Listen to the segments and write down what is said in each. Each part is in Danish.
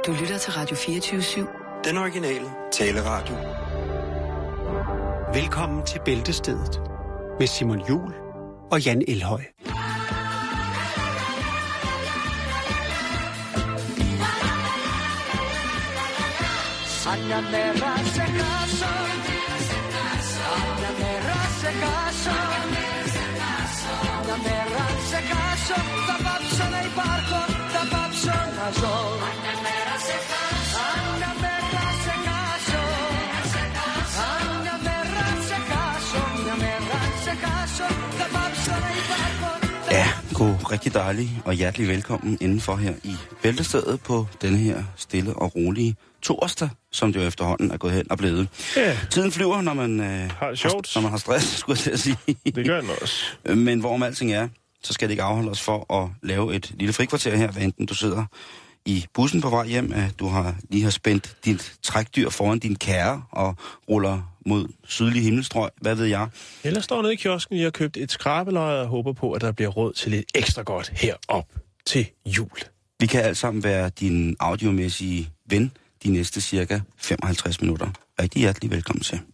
Du lytter til Radio 24/7. Den originale taleradio. Velkommen til Bæltestedet med Simon Juhl og Jan Elhøj. Ja, god, rigtig dejlig og hjertelig velkommen indenfor her i Bæltestedet på denne her stille og rolige torsdag, som det jo efterhånden er gået hen og blevet. Ja. Tiden flyver, når man, når man har stress, skulle jeg til at sige. Det gør den også. Men hvorom alting er, så skal det ikke afholde os for at lave et lille frikvarter her, hvad enten du sidder i bussen på vej hjem, at du lige har spændt dit trækdyr foran din kære og ruller mod sydlige himmelstrøg, hvad ved jeg. Eller står nede i kiosken, jeg har købt et skrabeløg og håber på, at der bliver råd til lidt ekstra godt herop til jul. Vi kan alle sammen være din audiomæssige ven de næste cirka 55 minutter. Rigtig hjertelig velkommen til.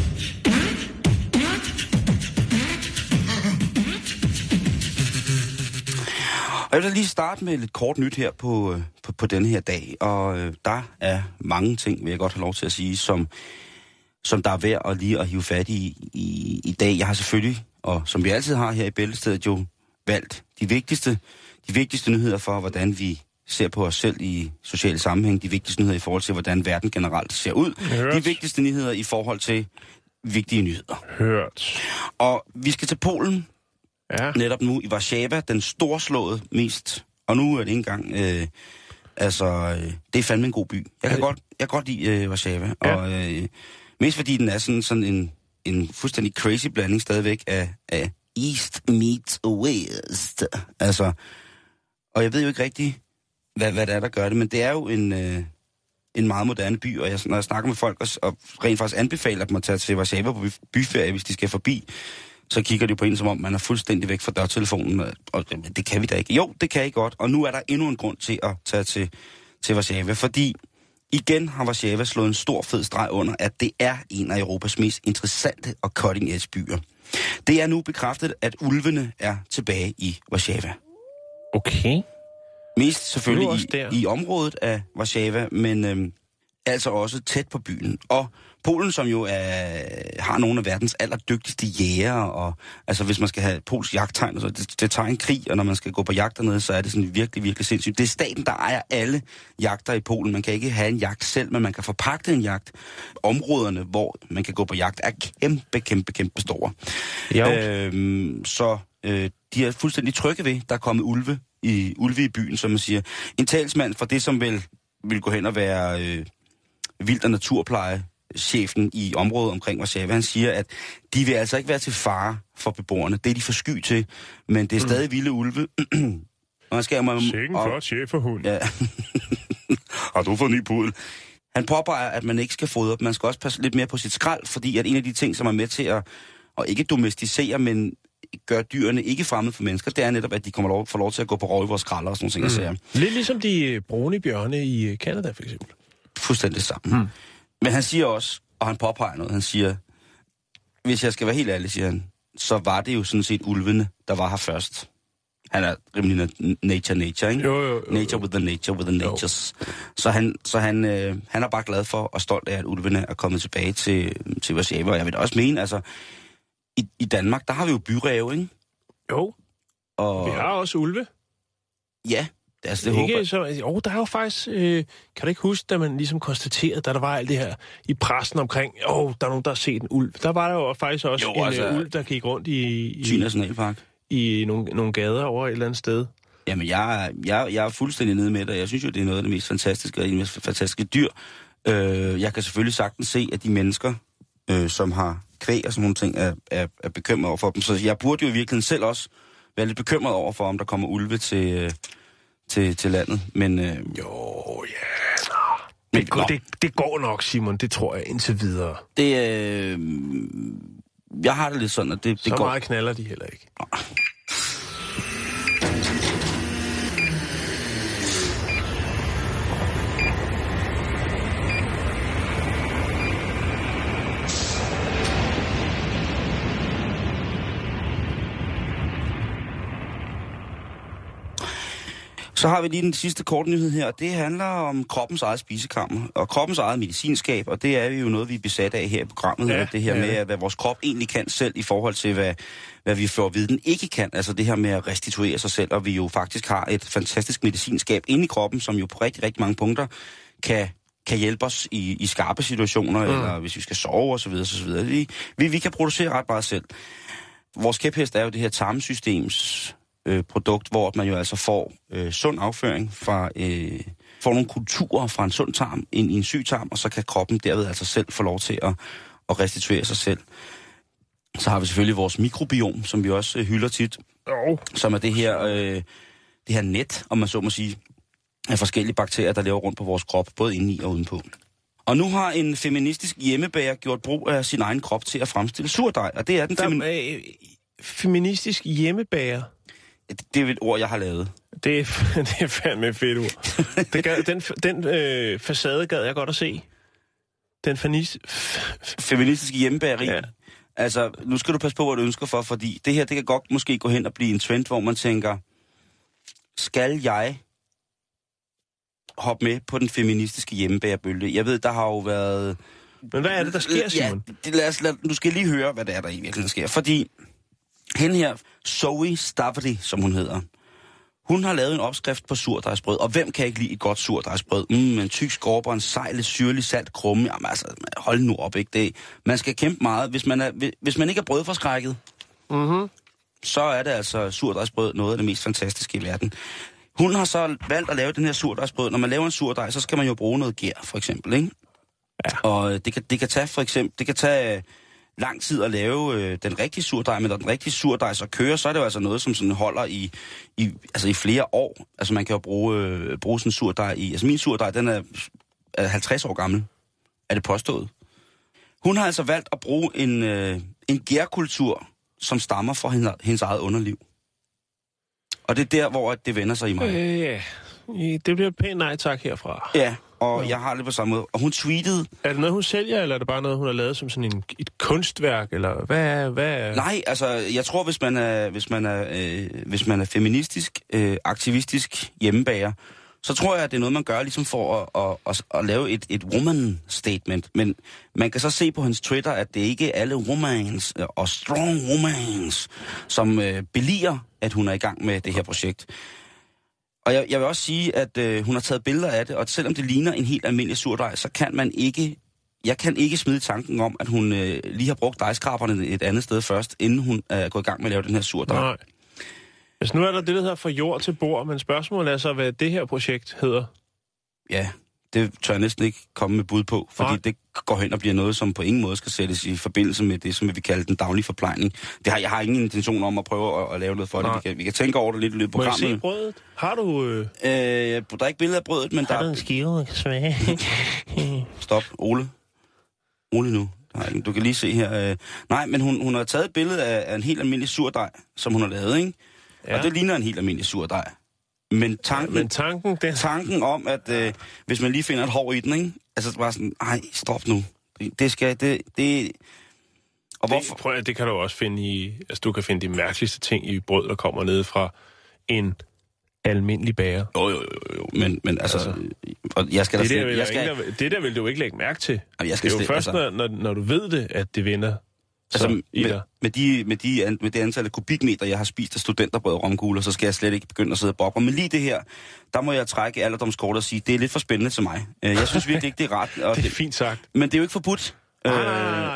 Og jeg vil lige starte med lidt kort nyt her på denne her dag, og der er mange ting, vil jeg godt have lov til at sige, som der er værd at lige at hive fat i dag. Jeg har selvfølgelig, og som vi altid har her i Bæltestedet, jo valgt de vigtigste nyheder for, hvordan vi ser på os selv i sociale sammenhæng, de vigtigste nyheder i forhold til, hvordan verden generelt ser ud, de vigtigste nyheder i forhold til vigtige nyheder. Hørt. Og vi skal til Polen. Ja. Netop nu i Warszawa, den storslåede mest, og nu er det ikke engang, det er fandme en god by. Jeg kan godt lide Warszawa, ja. Og mest fordi den er sådan en fuldstændig crazy blanding stadigvæk af East meets West. Altså, og jeg ved jo ikke rigtig, hvad det er, der gør det, men det er jo en meget moderne by, og når jeg snakker med folk og rent faktisk anbefaler dem at tage til Warszawa på byferie, hvis de skal forbi, så kigger de på en, som om man er fuldstændig væk fra dørtelefonen, og det kan vi da ikke. Jo, det kan I godt, og nu er der endnu en grund til at tage til Warszawa, fordi igen har Warszawa slået en stor fed streg under, at det er en af Europas mest interessante og cutting-edge byer. Det er nu bekræftet, at ulvene er tilbage i Warszawa. Okay. Mest selvfølgelig i området af Warszawa, men altså også tæt på byen. Og Polen, som jo har nogle af verdens allerdygtigste jægere, og altså hvis man skal have Pols jagttegn, så det tager en krig, og når man skal gå på jagt dernede, så er det sådan virkelig, virkelig sindssygt. Det er staten, der ejer alle jagter i Polen. Man kan ikke have en jagt selv, men man kan forpagte en jagt. Områderne, hvor man kan gå på jagt, er kæmpe store. Så de er fuldstændig trygge ved, der er kommet ulve i byen, som man siger. En talsmand for det, som vil gå hen og være vild- og naturplejechefen i området omkring Warszawa, han siger, at de vil altså ikke være til fare for beboerne. Det er de for sky til, men det er stadig vilde ulve. Og sikke en flot cheferhund. Ja. Har du fået en ny pudel? Han påpeger, at man ikke skal fodre dem. Man skal også passe lidt mere på sit skrald, fordi at en af de ting, som er med til at ikke domesticere, men gør dyrene ikke fremmede for mennesker, det er netop, at de får lov til at gå på røv i vores skralder og sådan nogle ting. Lidt ligesom de brune bjørne i Canada, for eksempel. Fuldstændig sammen. Men han siger også, og han påpeger noget, han siger, hvis jeg skal være helt ærlig, siger han, så var det jo sådan set ulvene, der var her først. Han er rimelig nature, ikke? Jo. Nature with the natures. Så han er bare glad for og stolt af, at ulvene er kommet tilbage til Warszawa. Og jeg vil også mene, altså, i Danmark, der har vi jo byræve, ikke? Jo. Og vi har også ulve. Ja, altså det håber jeg. Der er jo faktisk, kan du ikke huske, da man ligesom konstaterede, da der var alt det her i pressen omkring, der er nogen, der har set en ulv. Der var der jo faktisk også en ulv, der gik rundt i Thy Nationalpark. I nogle gader over et eller andet sted. Jamen, jeg er fuldstændig nede med det. Jeg synes jo, det er noget af det mest fantastiske og de mest fantastiske dyr. Jeg kan selvfølgelig sagtens se, at de mennesker, som har kvæg og sådan nogle ting, er bekymret over for dem. Så jeg burde jo i virkeligheden selv også være lidt bekymret over for, om der kommer ulve til landet. Men Det går nok, Simon. Det tror jeg indtil videre. Jeg har det lidt sådan, at det så går. Så meget knaller de heller ikke. Så har vi lige den sidste korte nyhed her, og det handler om kroppens eget spisekammer, og kroppens eget medicinskab, og det er jo noget, vi er besat af her i programmet, ja, det her med, hvad vores krop egentlig kan selv, i forhold til, hvad vi får at vide, den ikke kan, altså det her med at restituere sig selv, og vi jo faktisk har et fantastisk medicinskab inde i kroppen, som jo på rigtig, rigtig mange punkter kan hjælpe os i skarpe situationer, eller hvis vi skal sove osv. Vi kan producere ret meget selv. Vores kæphest er jo det her tarmsystems produkt, hvor man jo altså får sund afføring fra får nogle kulturer fra en sund tarm ind i en syg tarm, og så kan kroppen derved altså selv få lov til at restituere sig selv. Så har vi selvfølgelig vores mikrobiom, som vi også hylder tit, som er det her net, om man så må sige, af forskellige bakterier, der lever rundt på vores krop, både indeni og udenpå. Og nu har en feministisk hjemmebager gjort brug af sin egen krop til at fremstille surdej, og det er den feministisk hjemmebager? Det er et ord, jeg har lavet. Det er fandme et fedt ord. Den facade gad jeg godt at se. Den feministiske hjemmebageri. Ja. Altså, nu skal du passe på, hvad du ønsker for, fordi det her, det kan godt måske gå hen og blive en trend, hvor man tænker, skal jeg hoppe med på den feministiske hjemmebagerbølge? Jeg ved, der har jo været... Men hvad er det, der sker, Simon? Ja, du skal lige høre, hvad det er, der i virkeligheden sker. Fordi hende her, Zoe Stafford, som hun hedder, hun har lavet en opskrift på surdejsbrød. Og hvem kan ikke lide et godt surdejsbrød? En tyk skorper, en sejl, syrlig, salt, krumme. Jamen altså, hold nu op, ikke? Man skal kæmpe meget. Hvis man ikke er brødforskrækket, så er det altså surdejsbrød noget af det mest fantastiske i verden. Hun har så valgt at lave den her surdejsbrød. Når man laver en surdej, så skal man jo bruge noget gær, for eksempel, ikke? Ja. Og det kan tage lang tid at lave den rigtige surdej, men når den rigtige surdej så kører, så er det jo altså noget, som sådan holder i flere år. Altså man kan jo bruge sådan en surdej i... Altså min surdej, den er 50 år gammel, er det påstået. Hun har altså valgt at bruge en gærkultur, som stammer fra hendes eget underliv. Og det er der, hvor det vender sig i mig. Det bliver pænt nej tak herfra. Ja, og jeg har det på samme måde. Og hun tweetede... Er det noget, hun sælger, eller er det bare noget, hun har lavet som sådan et kunstværk, eller hvad? Nej, altså, jeg tror, hvis man er feministisk, aktivistisk hjemmebager, så tror jeg, at det er noget, man gør ligesom for at lave et woman statement. Men man kan så se på hendes Twitter, at det ikke er alle womans og strong womans, som billiger, at hun er i gang med det her projekt. Og jeg vil også sige, at hun har taget billeder af det, og selvom det ligner en helt almindelig surdej, så kan jeg kan ikke smide tanken om, at hun lige har brugt dejskraberne et andet sted først, inden hun er gået i gang med at lave den her surdej. Nej. Altså nu er der det, der hedder fra jord til bord, men spørgsmålet er så, hvad det her projekt hedder. Ja, det tør jeg næsten ikke komme med bud på, fordi det går hen og bliver noget, som på ingen måde skal sættes i forbindelse med det, som vi kalder den daglige forplejning. Jeg har ingen intention om at prøve at lave noget for det. Vi kan tænke over det lidt i løbet af programmet. Må jeg se brødet? Har du... Der er ikke billeder af brødet, men der er en skive, der kan smage. Stop, Ole. Ole nu. Du kan lige se her. Nej, men hun har taget et billede af en helt almindelig surdej, som hun har lavet, ikke? Ja. Og det ligner en helt almindelig surdej. Men tanken om, at hvis man lige finder et hår i den, ikke? Altså bare sådan, stop nu. Og hvorfor? Det kan du også finde i... Altså, du kan finde de mærkeligste ting i brød, der kommer ned fra en almindelig bager. Jo. Men altså... Og jeg skal det der vil du ikke lægge mærke til. Det er jo først, når du ved det, at det vender. Altså, med det antal af kubikmeter, jeg har spist af studenterbrød og romkugler, så skal jeg slet ikke begynde at sidde og bobre. Men lige det her, der må jeg trække alderdomskortet og sige, det er lidt for spændende til mig. Jeg synes virkelig ikke, det er ret. Og det er fint sagt. Men det er jo ikke forbudt. Nej.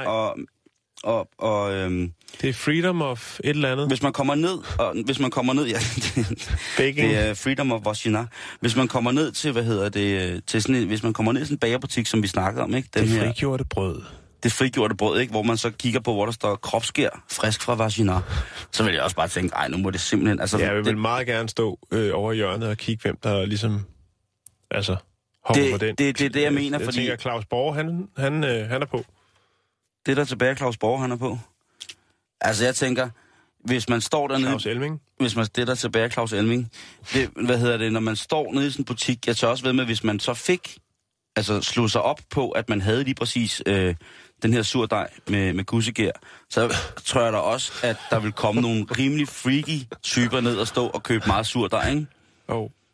Det er freedom of et eller andet. Hvis man kommer ned, ja, det er freedom of vagina. Hvis man kommer ned til, til sådan hvis man kommer ned til en bagerbutik, som vi snakkede om, ikke? Det frigjorte brød. Det frigjorte brød, ikke? Hvor man så kigger på, hvor der står kropsskær, frisk fra vagina. Så vil jeg også bare tænke, nu må det simpelthen... Altså, jeg vil meget gerne stå over hjørnet og kigge, hvem der ligesom... Altså, hopper på den. Det er det, jeg mener, fordi... Jeg tænker, Claus Borg, han er på. Det der tilbage, Claus Borg, han er på. Altså, jeg tænker, hvis man står dernede... Claus Elming. Det der tilbage, Claus Elming. Når man står nede i sådan en butik, jeg tør også ved med, hvis man så fik... Altså slog sig op på, at man havde lige præcis den her surdej med kussegær, så tror jeg da også, at der vil komme nogle rimelig freaky typer ned og stå og købe meget surdej, ikke?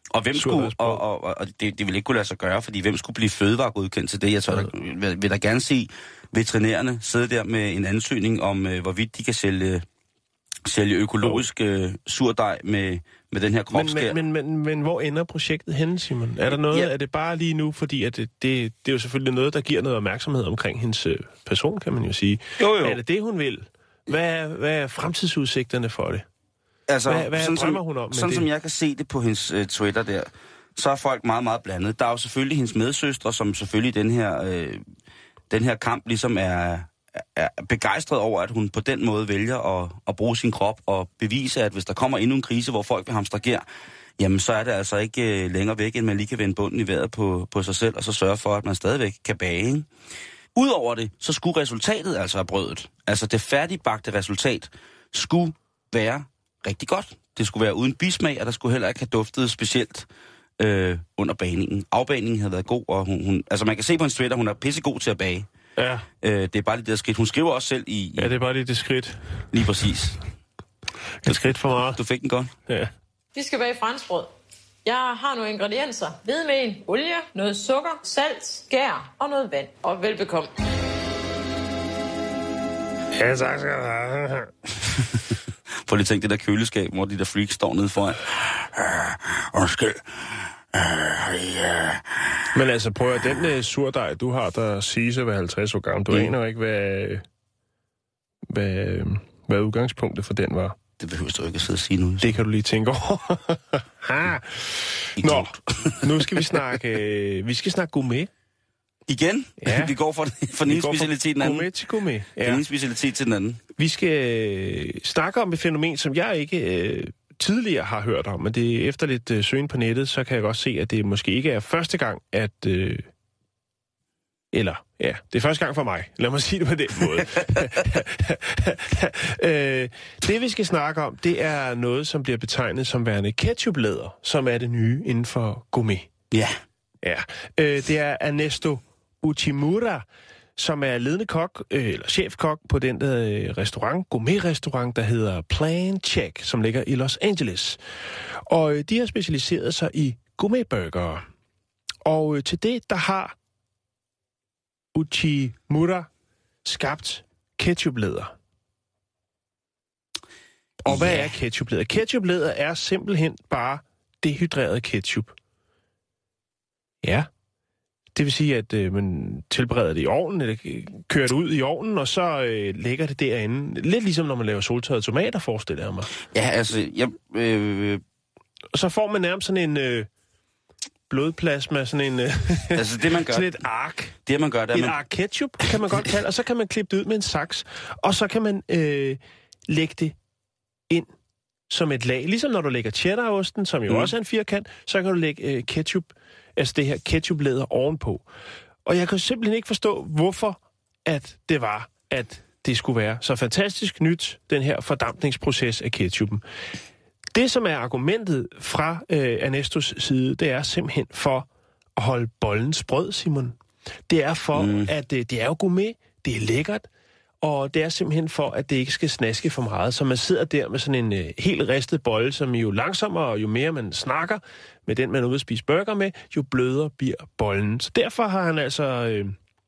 Og hvem skulle, og det ville ikke kunne lade sig gøre, fordi hvem skulle blive fødevaregodkendt til det? Jeg tror, vil da gerne se veterinærerne sidde der med en ansøgning om, hvorvidt de kan sælge økologisk surdej med den her kropskær. Men hvor ender projektet henne, Simon? Er der noget, er det bare lige nu, fordi at det er jo selvfølgelig noget, der giver noget opmærksomhed omkring hendes person, kan man jo sige. Jo. Er det hun vil? Hvad er fremtidsudsigterne for det? Altså, hvad drømmer hun om? Sådan som jeg kan se det på hendes Twitter der, så er folk meget, meget blandet. Der er jo selvfølgelig hendes medsøstre, som selvfølgelig den her kamp ligesom er begejstret over, at hun på den måde vælger at bruge sin krop og bevise, at hvis der kommer endnu en krise, hvor folk vil hamstre gær, jamen så er det altså ikke længere væk, end man lige kan vende bunden i vejret på sig selv, og så sørge for, at man stadigvæk kan bage, ikke? Udover det, så skulle resultatet altså af brødet, altså det færdigbagte resultat, skulle være rigtig godt. Det skulle være uden bismag, og der skulle heller ikke have duftet specielt under bagningen. Afbagningen havde været god, og hun altså man kan se på hendes Twitter, hun er pissegod til at bage. Ja. Det er bare det der skridt. Hun skriver også selv i... Ja, det er bare det skridt. Lige præcis. Det skridt for meget. Du fik den godt. Ja. Vi skal bage franskbrød. Jeg har nogle ingredienser. Hvidemel, olie, noget sukker, salt, gær og noget vand. Og velbekomme. Ja, tak skal du have. Prøv lige at tænke det der køleskab, hvor de der freaks står nede foran. Undskyld. Men altså, prøv at den surdej, du har, der siges at være 50 år gammel. Du aner ikke, hvad udgangspunktet for den var. Det behøver du ikke at sidde og sige nu. Det kan du lige tænke over. Nå, nu skal vi snakke gourmet. Igen? Ja. Vi går fra den ene specialitet til den anden. Gourmet til gourmet. Ja. Den ene specialitet til den anden. Vi skal snakke om et fænomen, som jeg ikke tidligere har hørt om, men det efter lidt søgen på nettet, så kan jeg godt se, at det måske ikke er første gang, at... det er første gang for mig. Lad mig sige det på den måde. Det, vi skal snakke om, det er noget, som bliver betegnet som værende ketchuplæder, som er det nye inden for gourmet. Ja. Ja. Det er Ernesto Uchimura, som er ledende kok, eller chefkok på den der gourmet-restaurant, der hedder Plan Check, som ligger i Los Angeles. Og de har specialiseret sig i gourmetburgere. Og til det, der har Uchimura skabt ketchuplæder. Og hvad er ketchuplæder? Ketchuplæder er simpelthen bare dehydreret ketchup. Ja. Det vil sige, at man tilbereder det i ovnen, eller kører det ud i ovnen, og så lægger det derinde. Lidt ligesom når man laver soltørrede tomater, forestiller jeg mig. Ja, altså... Og så får man nærmest sådan en blodplasma, sådan en... altså det, man gør... sådan et ark. Det, man gør, det er... Et ark ketchup, kan man godt kalde, og så kan man klippe det ud med en saks, og så kan man lægge det ind som et lag. Ligesom når du lægger cheddarosten, som jo også er en firkant, så kan du lægge ketchup, altså det her ketchuplæder ovenpå. Og jeg kan simpelthen ikke forstå, hvorfor at det skulle være så fantastisk nyt, den her fordampningsproces af ketchupen. Det, som er argumentet fra Ernestos side, det er simpelthen for at holde bollen sprød, Simon. Det er for, at det er jo gourmet, det er lækkert, og det er simpelthen for, at det ikke skal snaske for meget. Så man sidder der med sådan en helt ristet bolle, som jo langsommere og jo mere man snakker med den, man er ude at spise burger med, jo blødere bliver bollen. Så derfor har han altså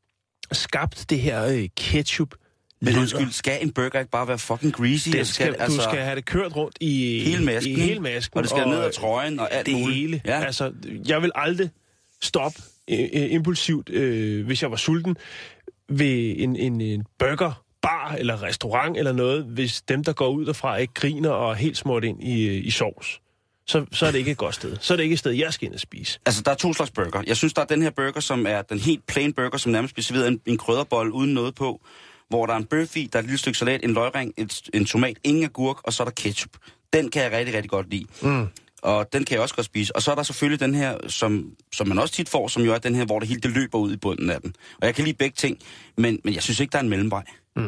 skabt det her ketchup. Men undskyld, skal en burger ikke bare være fucking greasy? Du skal have det kørt rundt i hele masken. Og det skal ned ad trøjen og alt muligt. Det hele. Ja. Altså, jeg vil aldrig stoppe impulsivt, hvis jeg var sulten, ved en burgerbar eller restaurant eller noget, hvis dem, der går ud derfra, ikke griner og er helt smurt ind i sovs. Så er det ikke et godt sted. Så er det ikke et sted, jeg skal ind og spise. Altså, der er 2 slags burger. Jeg synes, der er den her burger, som er den helt plain burger, som nærmest bliver serveret en krydderbolle uden noget på, hvor der er en bøf i, der er et lille stykke salat, en løgring, en tomat, ingen agurk, og så er der ketchup. Den kan jeg rigtig, rigtig godt lide. Og den kan jeg også godt spise. Og så er der selvfølgelig den her, som man også tit får, som jo er den her, hvor det hele det løber ud i bunden af den. Og jeg kan lide begge ting, men jeg synes ikke, der er en mellemvej.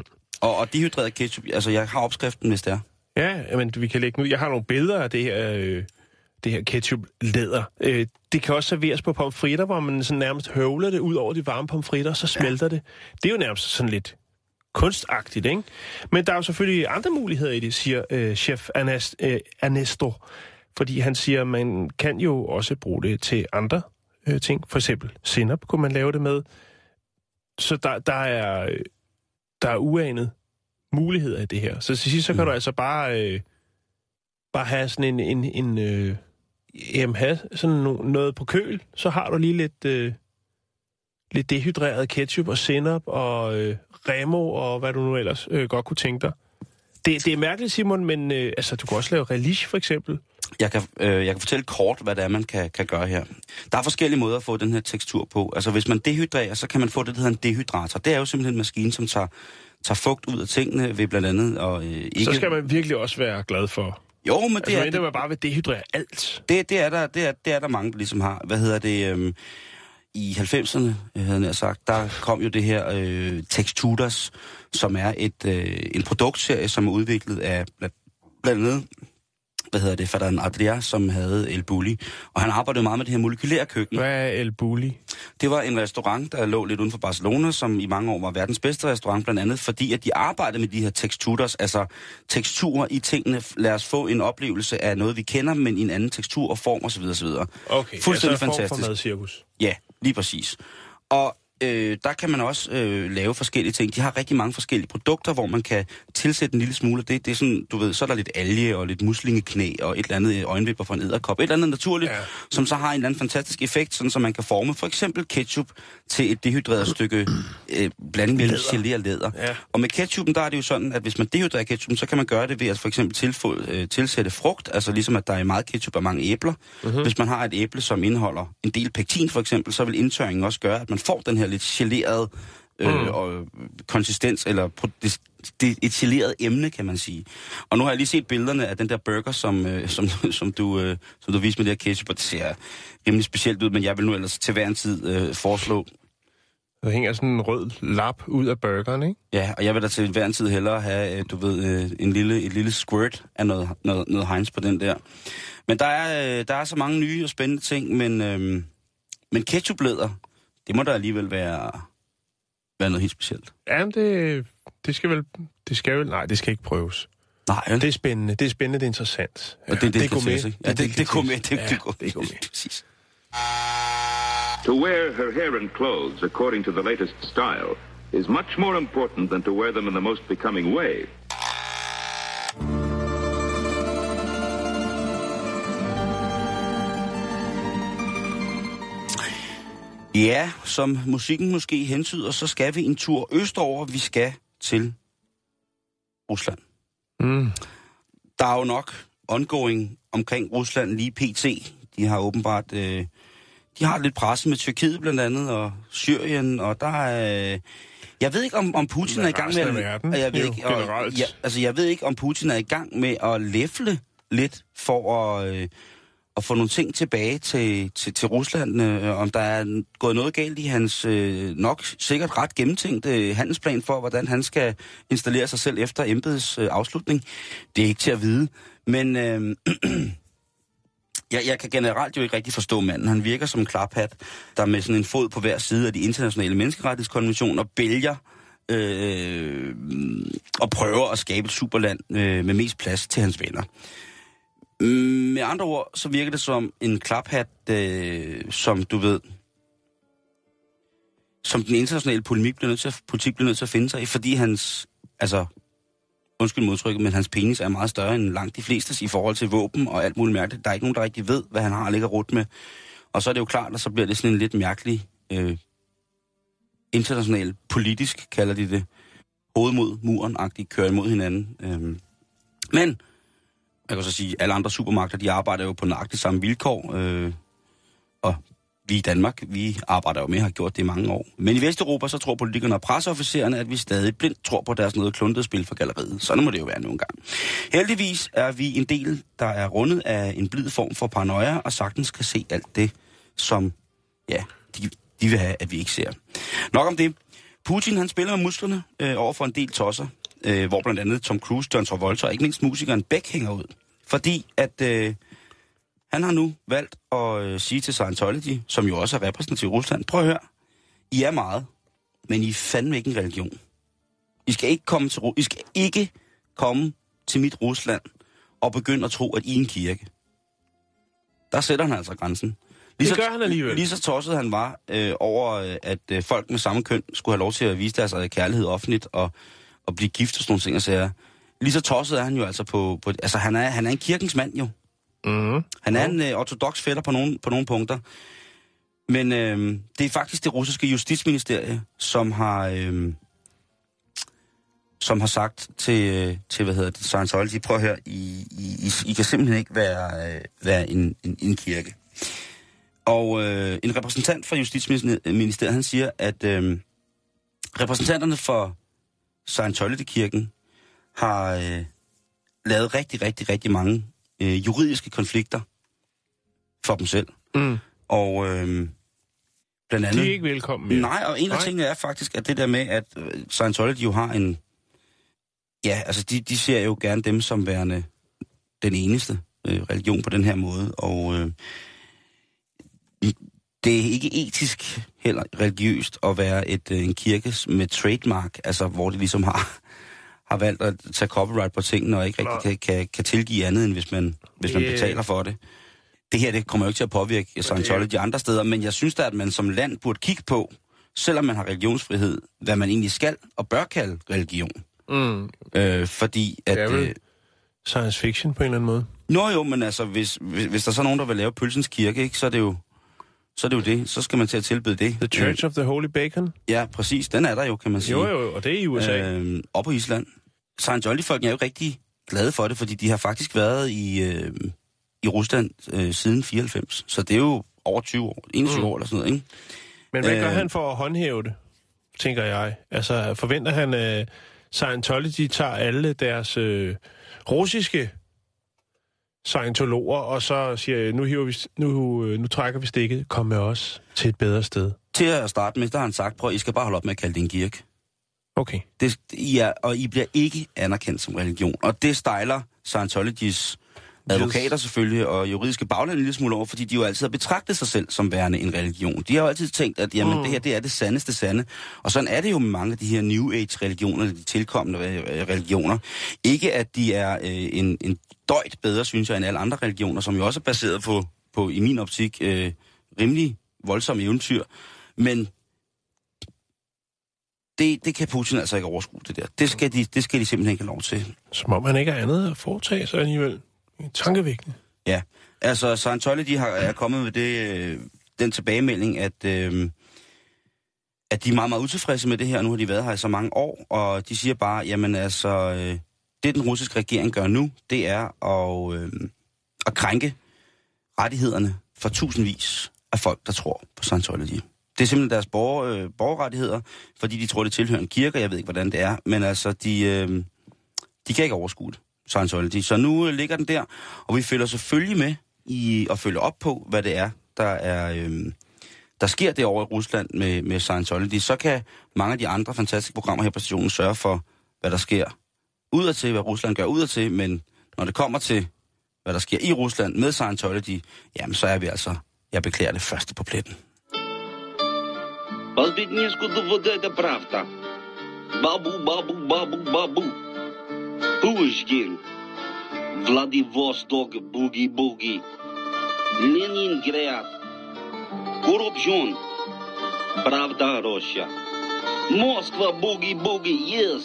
Og dehydreret ketchup, altså jeg har opskriften, hvis det er. Ja, men vi kan lægge nu. Jeg har nogle billeder af det her ketchup-læder. Det kan også serveres på pomfritter, hvor man sådan nærmest høvler det ud over de varme pomfritter, og så smelter det. Det er jo nærmest sådan lidt kunstagtigt, ikke? Men der er jo selvfølgelig andre muligheder i det, siger chef Ernesto. Fordi han siger, at man kan jo også bruge det til andre ting. For eksempel sennep kunne man lave det med. Så der er uanet muligheder i det her. Så til sidst, så kan du altså bare have sådan have sådan noget på køl. Så har du lige lidt dehydreret ketchup og sennep og Remo og hvad du nu ellers godt kunne tænke dig. Det er mærkeligt, Simon, men du kan også lave relish, for eksempel. Jeg kan fortælle kort, hvad det er, man kan gøre her. Der er forskellige måder at få den her tekstur på. Altså, hvis man dehydrerer, så kan man få det, der hedder en dehydrator. Det er jo simpelthen en maskine, som tager fugt ud af tingene ved blandt andet og ikke... Så skal man virkelig også være glad for... Jo, men det er... det bare vil dehydrere alt. Det er der mange, der ligesom har. Hvad hedder det... I 90'erne, havde jeg sagt, der kom jo det her Textudas, som er en produktserie, som er udviklet af blandt andet, Ferran Adrià, som havde El Bulli. Og han arbejdede meget med det her molekylære køkken. Hvad er El Bulli? Det var en restaurant, der lå lidt uden for Barcelona, som i mange år var verdens bedste restaurant, blandt andet fordi, at de arbejdede med de her texturas, altså teksturer i tingene. Lad os få en oplevelse af noget, vi kender, men i en anden tekstur og form osv. Okay, fuldstændig fantastisk. Form for madcirkus. Ja, lige præcis. Og der kan man også lave forskellige ting. De har rigtig mange forskellige produkter, hvor man kan tilsætte en lille smule af det. Det er sådan, du ved, så er der lidt alge og lidt muslingeknæ og et eller andet øjenvipper fra en edderkop. Et eller andet naturligt, som så har en eller anden fantastisk effekt, sådan så man kan forme for eksempel ketchup til et dehydreret stykke blanding mellem gelé og læder. Ja. Og med ketchupen, der er det jo sådan, at hvis man dehydrerer ketchupen, så kan man gøre det ved at for eksempel tilsætte frugt, altså ligesom at der er meget ketchup og mange æbler. Uh-huh. Hvis man har et æble, som indeholder en del pektin for eksempel, så vil indtørringen også gøre, at man får den her lidt geleret konsistens, eller et geleret emne, kan man sige. Og nu har jeg lige set billederne af den der burger, som du viste med det her ketchup, og det ser rimelig specielt ud, men jeg vil nu ellers til hver en tid foreslå. Der hænger sådan en rød lap ud af burgeren, ikke? Ja, og jeg vil da til hver en tid hellere have, et lille squirt af noget Heinz på den der. Men der er så mange nye og spændende ting, men ketchuplæder, det må da alligevel være noget helt specielt. Ja, det skal ikke prøves. Nej, det er spændende. Det er spændende, det er interessant. Ja, det går med. Ja, det går med. Det går med. Præcis. To wear her hair and clothes according to the latest style is much more important than to wear them in the most becoming way. Ja, som musikken måske hentyder, så skal vi en tur østover. Vi skal til Rusland. Der er jo nok ongoing omkring Rusland lige pt. De har åbenbart... de har lidt presse med Tyrkiet blandt andet, og Syrien, og der er... Jeg ved ikke, om Putin er i gang med jeg ved ikke, om Putin er i gang med at læfle lidt for at få nogle ting tilbage til Rusland, om der er gået noget galt i hans nok sikkert ret gennemtænkte handelsplan for, hvordan han skal installere sig selv efter embedets afslutning. Det er ikke til at vide, men jeg kan generelt jo ikke rigtig forstå manden. Han virker som en klaphat, der med sådan en fod på hver side af de internationale menneskerettighedskonventioner bælger og prøver at skabe et superland med mest plads til hans venner. Med andre ord, så virker det som en klaphat, som du ved, som den internationale politik bliver nødt til at finde sig i, fordi hans, undskyld modtrykket, men hans penis er meget større end langt de fleste i forhold til våben og alt muligt mærkeligt. Der er ikke nogen, der rigtig ved, hvad han har at ligge rundt med. Og så er det jo klart, at så bliver det sådan en lidt mærkelig international politisk, kalder de det, hoved mod muren-agtigt, kører imod hinanden. Men jeg kan så sige, at alle andre supermarkeder, de arbejder jo på nøjagtigt samme vilkår, og vi i Danmark, vi arbejder jo med, har gjort det i mange år. Men i Vesteuropa, så tror politikerne og presseofficererne, at vi stadig blindt tror på deres noget kluntet spil for galleriet. Sådan må det jo være nogle gange. Heldigvis er vi en del, der er rundet af en blid form for paranoia, og sagtens kan se alt det, som de vil have, at vi ikke ser. Nok om det. Putin, han spiller med musklerne over for en del tosser, hvor blandt andet Tom Cruise, John Travolta og ikke mindst musikeren Beck hænger ud. Fordi at han har nu valgt at sige til Scientology, som jo også er repræsentativ i Rusland, prøv at høre, I er meget, men I er fandme ikke en religion. I skal ikke komme til mit Rusland og begynde at tro, at I er en kirke. Der sætter han altså grænsen. Det gør han alligevel. Lige så tosset han var over, at folk med samme køn skulle have lov til at vise deres kærlighed offentligt og blive gift og sådan nogle ting og sager. Lige så tosset er han jo altså på altså han er en kirkens mand jo. Mm-hmm. Han er en ortodoks fætter på nogle punkter. Men det er faktisk det russiske justitsministerie, som har sagt til Scientology, prøv at høre, I kan simpelthen ikke være en kirke. Og en repræsentant fra Justitsministeriet, han siger, at repræsentanterne for Scientology-kirken har lavet rigtig, rigtig, rigtig mange juridiske konflikter for dem selv. Mm. Og blandt andet... De er ikke velkommen mere. Nej, og en af tingene er faktisk, at det der med, at Scientology jo har en... Ja, altså de ser jo gerne dem som værende den eneste religion på den her måde, og det er ikke etisk heller religiøst at være en kirke med trademark, altså hvor de ligesom har valgt at tage copyright på tingene og ikke rigtig kan tilgive andet, end hvis man betaler for det. Det her, det kommer jo ikke til at påvirke Scientology andre steder, men jeg synes da, at man som land burde kigge på, selvom man har religionsfrihed, hvad man egentlig skal og bør kalde religion. Mm. Fordi at... Det er vel science fiction på en eller anden måde. Nå jo, men altså, hvis der så er nogen, der vil lave Pølsens Kirke, ikke, så er det jo det. Så skal man til at tilbede det. The Church of the Holy Bacon? Ja, præcis. Den er der jo, kan man sige. Jo, og det er i USA. Og på Island. Scientology-folk er jo rigtig glade for det, fordi de har faktisk været i Rusland siden 94. Så det er jo over 21 år eller sådan noget, ikke? Men hvad gør han for at håndhæve det, tænker jeg? Altså, forventer han, Scientology tager alle deres russiske scientologer, og så siger nu trækker vi stikket, kom med os til et bedre sted. Til at starte med, der har han sagt, prøv, I skal bare holde op med at kalde det en kirke. Okay. Og I bliver ikke anerkendt som religion. Og det stejler Scientologys advokater selvfølgelig, og juridiske bagland en lille smule over, fordi de jo altid har betragtet sig selv som værende en religion. De har jo altid tænkt, at jamen, det her, det er det sandeste sande. Og sådan er det jo med mange af de her New Age-religioner, de tilkommende religioner. Ikke at de er en døjt bedre, synes jeg, end alle andre religioner, som jo også er baseret på i min optik, rimelig voldsomme eventyr. Men det kan Putin altså ikke overskue, det der. Det skal de simpelthen ikke have lov til. Som om han ikke har andet at foretage sig alligevel. Tankevækkende. Ja, altså Scientology er kommet med den tilbagemelding, at de er meget, meget utilfredse med det her. Nu har de været her i så mange år, og de siger bare, jamen altså, det den russiske regering gør nu, det er at krænke rettighederne for tusindvis af folk, der tror på Scientology. Det er simpelthen deres borgerrettigheder, fordi de tror, det tilhører en kirke, jeg ved ikke, hvordan det er, men altså, de kan ikke overskue det. Scientology. Så nu ligger den der, og vi følger selvfølgelig med i at følge op på, hvad det er, der sker derovre i Rusland med Scientology. Så kan mange af de andre fantastiske programmer her på stationen sørge for, hvad der sker udadtil, hvad Rusland gør udadtil, men når det kommer til, hvad der sker i Rusland med Scientology, jamen så er vi altså, jeg beklager det, første på pletten. Babu, babu, babu, babu. Pushkin, Vladivostok, boogie, boogie, Leningrad, Korruption, Pravda, Russia, Moskva, boogie, boogie, yes.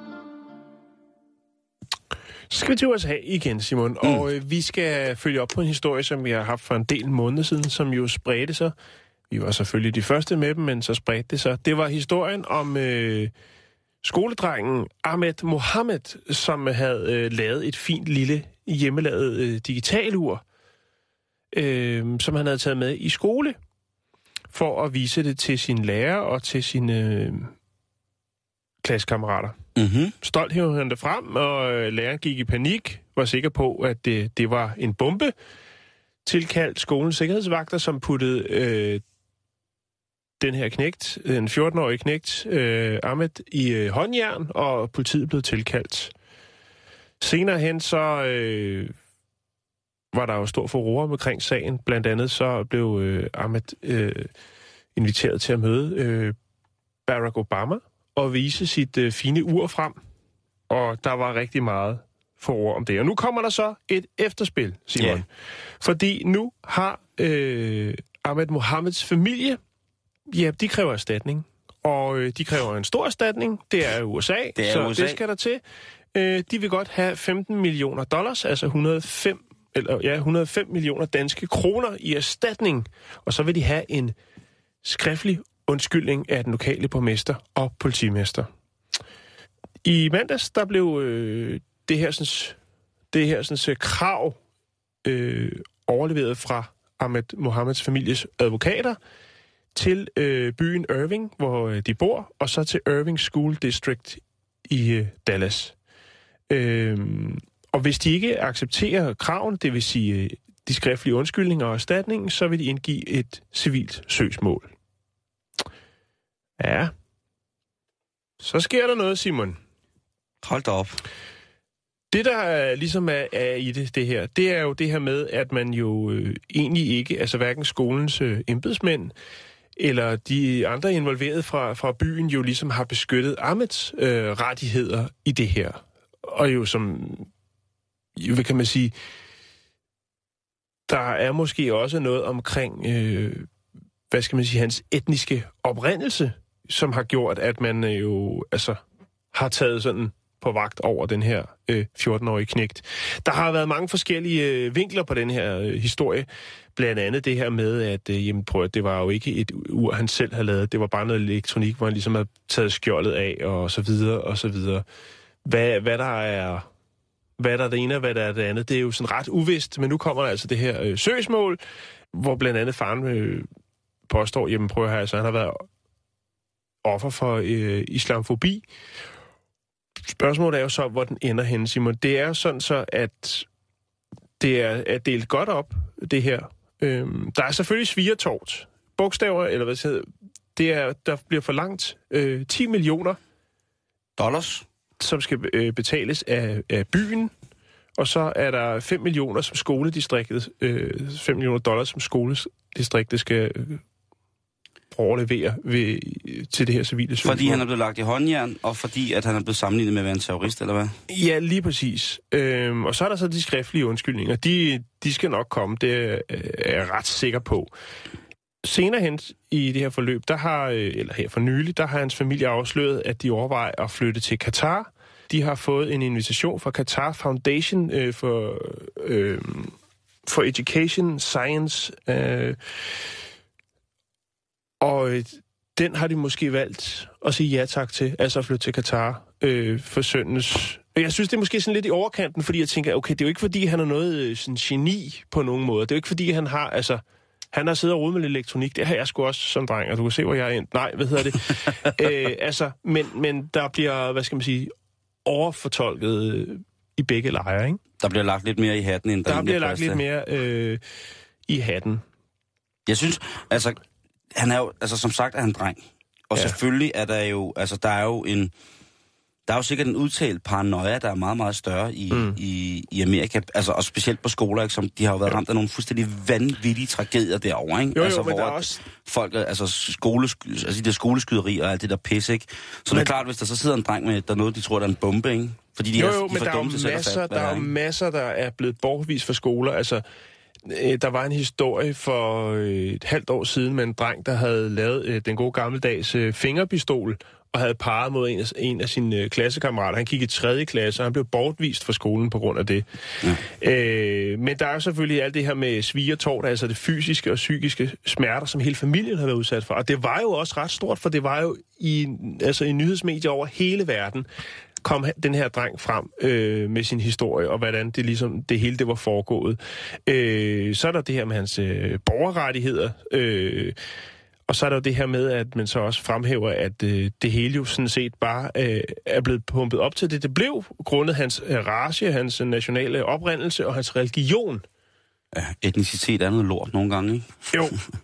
Så skal vi til USA igen, Simon, og vi skal følge op på en historie, som vi har haft for en del måneder siden, som jo spredte sig. Vi var selvfølgelig de første med dem, men så spredte det sig. Det var historien om skoledrengen Ahmed Mohammed, som havde lavet et fint lille hjemmelavet digitalur, som han havde taget med i skole, for at vise det til sin lærer og til sine klassekammerater. Mm-hmm. Stolt hævde han det frem, og læreren gik i panik, var sikker på, at det var en bombe, tilkaldt skolens sikkerhedsvagter, som puttede den her knægt, en 14-årig knægt, Ahmed, i håndjern, og politiet blev tilkaldt. Senere hen så var der jo stor furore omkring sagen. Blandt andet så blev Ahmed inviteret til at møde Barack Obama og vise sit fine ur frem. Og der var rigtig meget få ord om det. Og nu kommer der så et efterspil, Simon. Ja. Fordi nu har Ahmed Mohammeds familie, ja, de kræver erstatning. Og de kræver en stor erstatning. Det er USA, så det skal der til. De vil godt have $15 millioner, altså 105 millioner danske kroner i erstatning. Og så vil de have en skriftlig undskyldning af den lokale borgmester og politimester. I mandags, der blev det her krav overleveret fra Ahmed Mohammeds families advokater til byen Irving, hvor de bor, og så til Irving School District i Dallas. Og hvis de ikke accepterer kravene, det vil sige de skriftlige undskyldninger og erstatningen, så vil de indgive et civilt søgsmål. Ja. Så sker der noget, Simon. Hold da op. Det, der ligesom er i det her, det er jo det her med, at man jo egentlig ikke, altså hverken skolens embedsmænd eller de andre involverede fra byen jo ligesom har beskyttet Ahmeds rettigheder i det her. Og jo som, hvad kan man sige, der er måske også noget omkring, hvad skal man sige, hans etniske oprindelse, som har gjort, at man jo altså har taget sådan på vagt over den her 14-årige knægt. Der har været mange forskellige vinkler på den her historie. Blandt andet det her med, at det var jo ikke et ur, han selv havde lavet. Det var bare noget elektronik, hvor han ligesom havde taget skjoldet af, og så videre, og så videre. Hvad der er det ene, og hvad der er det andet, det er jo sådan ret uvist. Men nu kommer der altså det her søgsmål, hvor blandt andet faren påstår, prøv at høre, altså han har været offer for islamofobi. Spørgsmålet er jo så, hvor den ender henne, Simon. Det er sådan så, at det er delt godt op, det her. Der er selvfølgelig svigertort. Bogstaver, eller hvad det hedder, der bliver forlangt $10 millioner, som skal betales af byen. Og så er der $5 millioner, som skoledistriktet, $5 millioner, som skoledistriktet skal overlevere til det her civile søgsmål. Fordi han er blevet lagt i håndjern, og fordi at han er blevet sammenlignet med at være en terrorist, eller hvad? Ja, lige præcis. Og så er der så de skriftlige undskyldninger. De skal nok komme, det er jeg ret sikker på. Senere hen i det her forløb, her for nylig, der har hans familie afsløret, at de overvejer at flytte til Katar. De har fået en invitation fra Qatar Foundation for Education Science, og den har de måske valgt at sige ja tak til, altså at flytte til Katar for sønnens. Jeg synes, det er måske sådan lidt i overkanten, fordi jeg tænker, okay, det er jo ikke fordi, han er noget sådan geni på nogen måde. Det er jo ikke fordi, han har siddet og rodet med elektronik. Det har jeg sgu også som dreng, og du kan se, hvor jeg er endt. Nej, hvad hedder det? Men der bliver, hvad skal man sige, overfortolket i begge lejre, ikke? Der bliver lagt lidt mere i hatten, end der bliver lagt lidt mere i hatten. Jeg synes, altså, han er jo, altså som sagt er han dreng. Og selvfølgelig er der jo, altså der er jo sikkert en udtalt paranoia, der er meget, meget større i Amerika. Altså, og specielt på skoler, ikke, som de har jo været ramt af nogle fuldstændig vanvittige tragedier derovre, ikke? Jo, altså, men hvor der er også folk, altså de der skoleskyderier og alt det der pis, ikke? Så det er klart, hvis der så sidder en dreng med, der noget, de tror, der er en bombe, ikke? Fordi de er men for dumme til selv at fatte, der er jo masser, der er blevet bortvist fra skoler. Altså, der var en historie for et halvt år siden med en dreng, der havde lavet den gode gammeldags fingerpistol, og havde parret mod en af sine klassekammerater. Han gik i 3. klasse, og han blev bortvist fra skolen på grund af det. Ja. Men der er jo selvfølgelig alt det her med svigertort, altså det fysiske og psykiske smerter, som hele familien har været udsat for. Og det var jo også ret stort, for det var jo i nyhedsmedier over hele verden, kom den her dreng frem med sin historie, og hvordan det ligesom, det hele det var foregået. Så er der det her med hans borgerrettigheder, og så er der jo det her med, at man så også fremhæver, at det hele jo sådan set bare er blevet pumpet op til det. Det blev grundet hans race, hans nationale oprindelse og hans religion. Ja, etnicitet er noget lort nogle gange, ikke? Jo.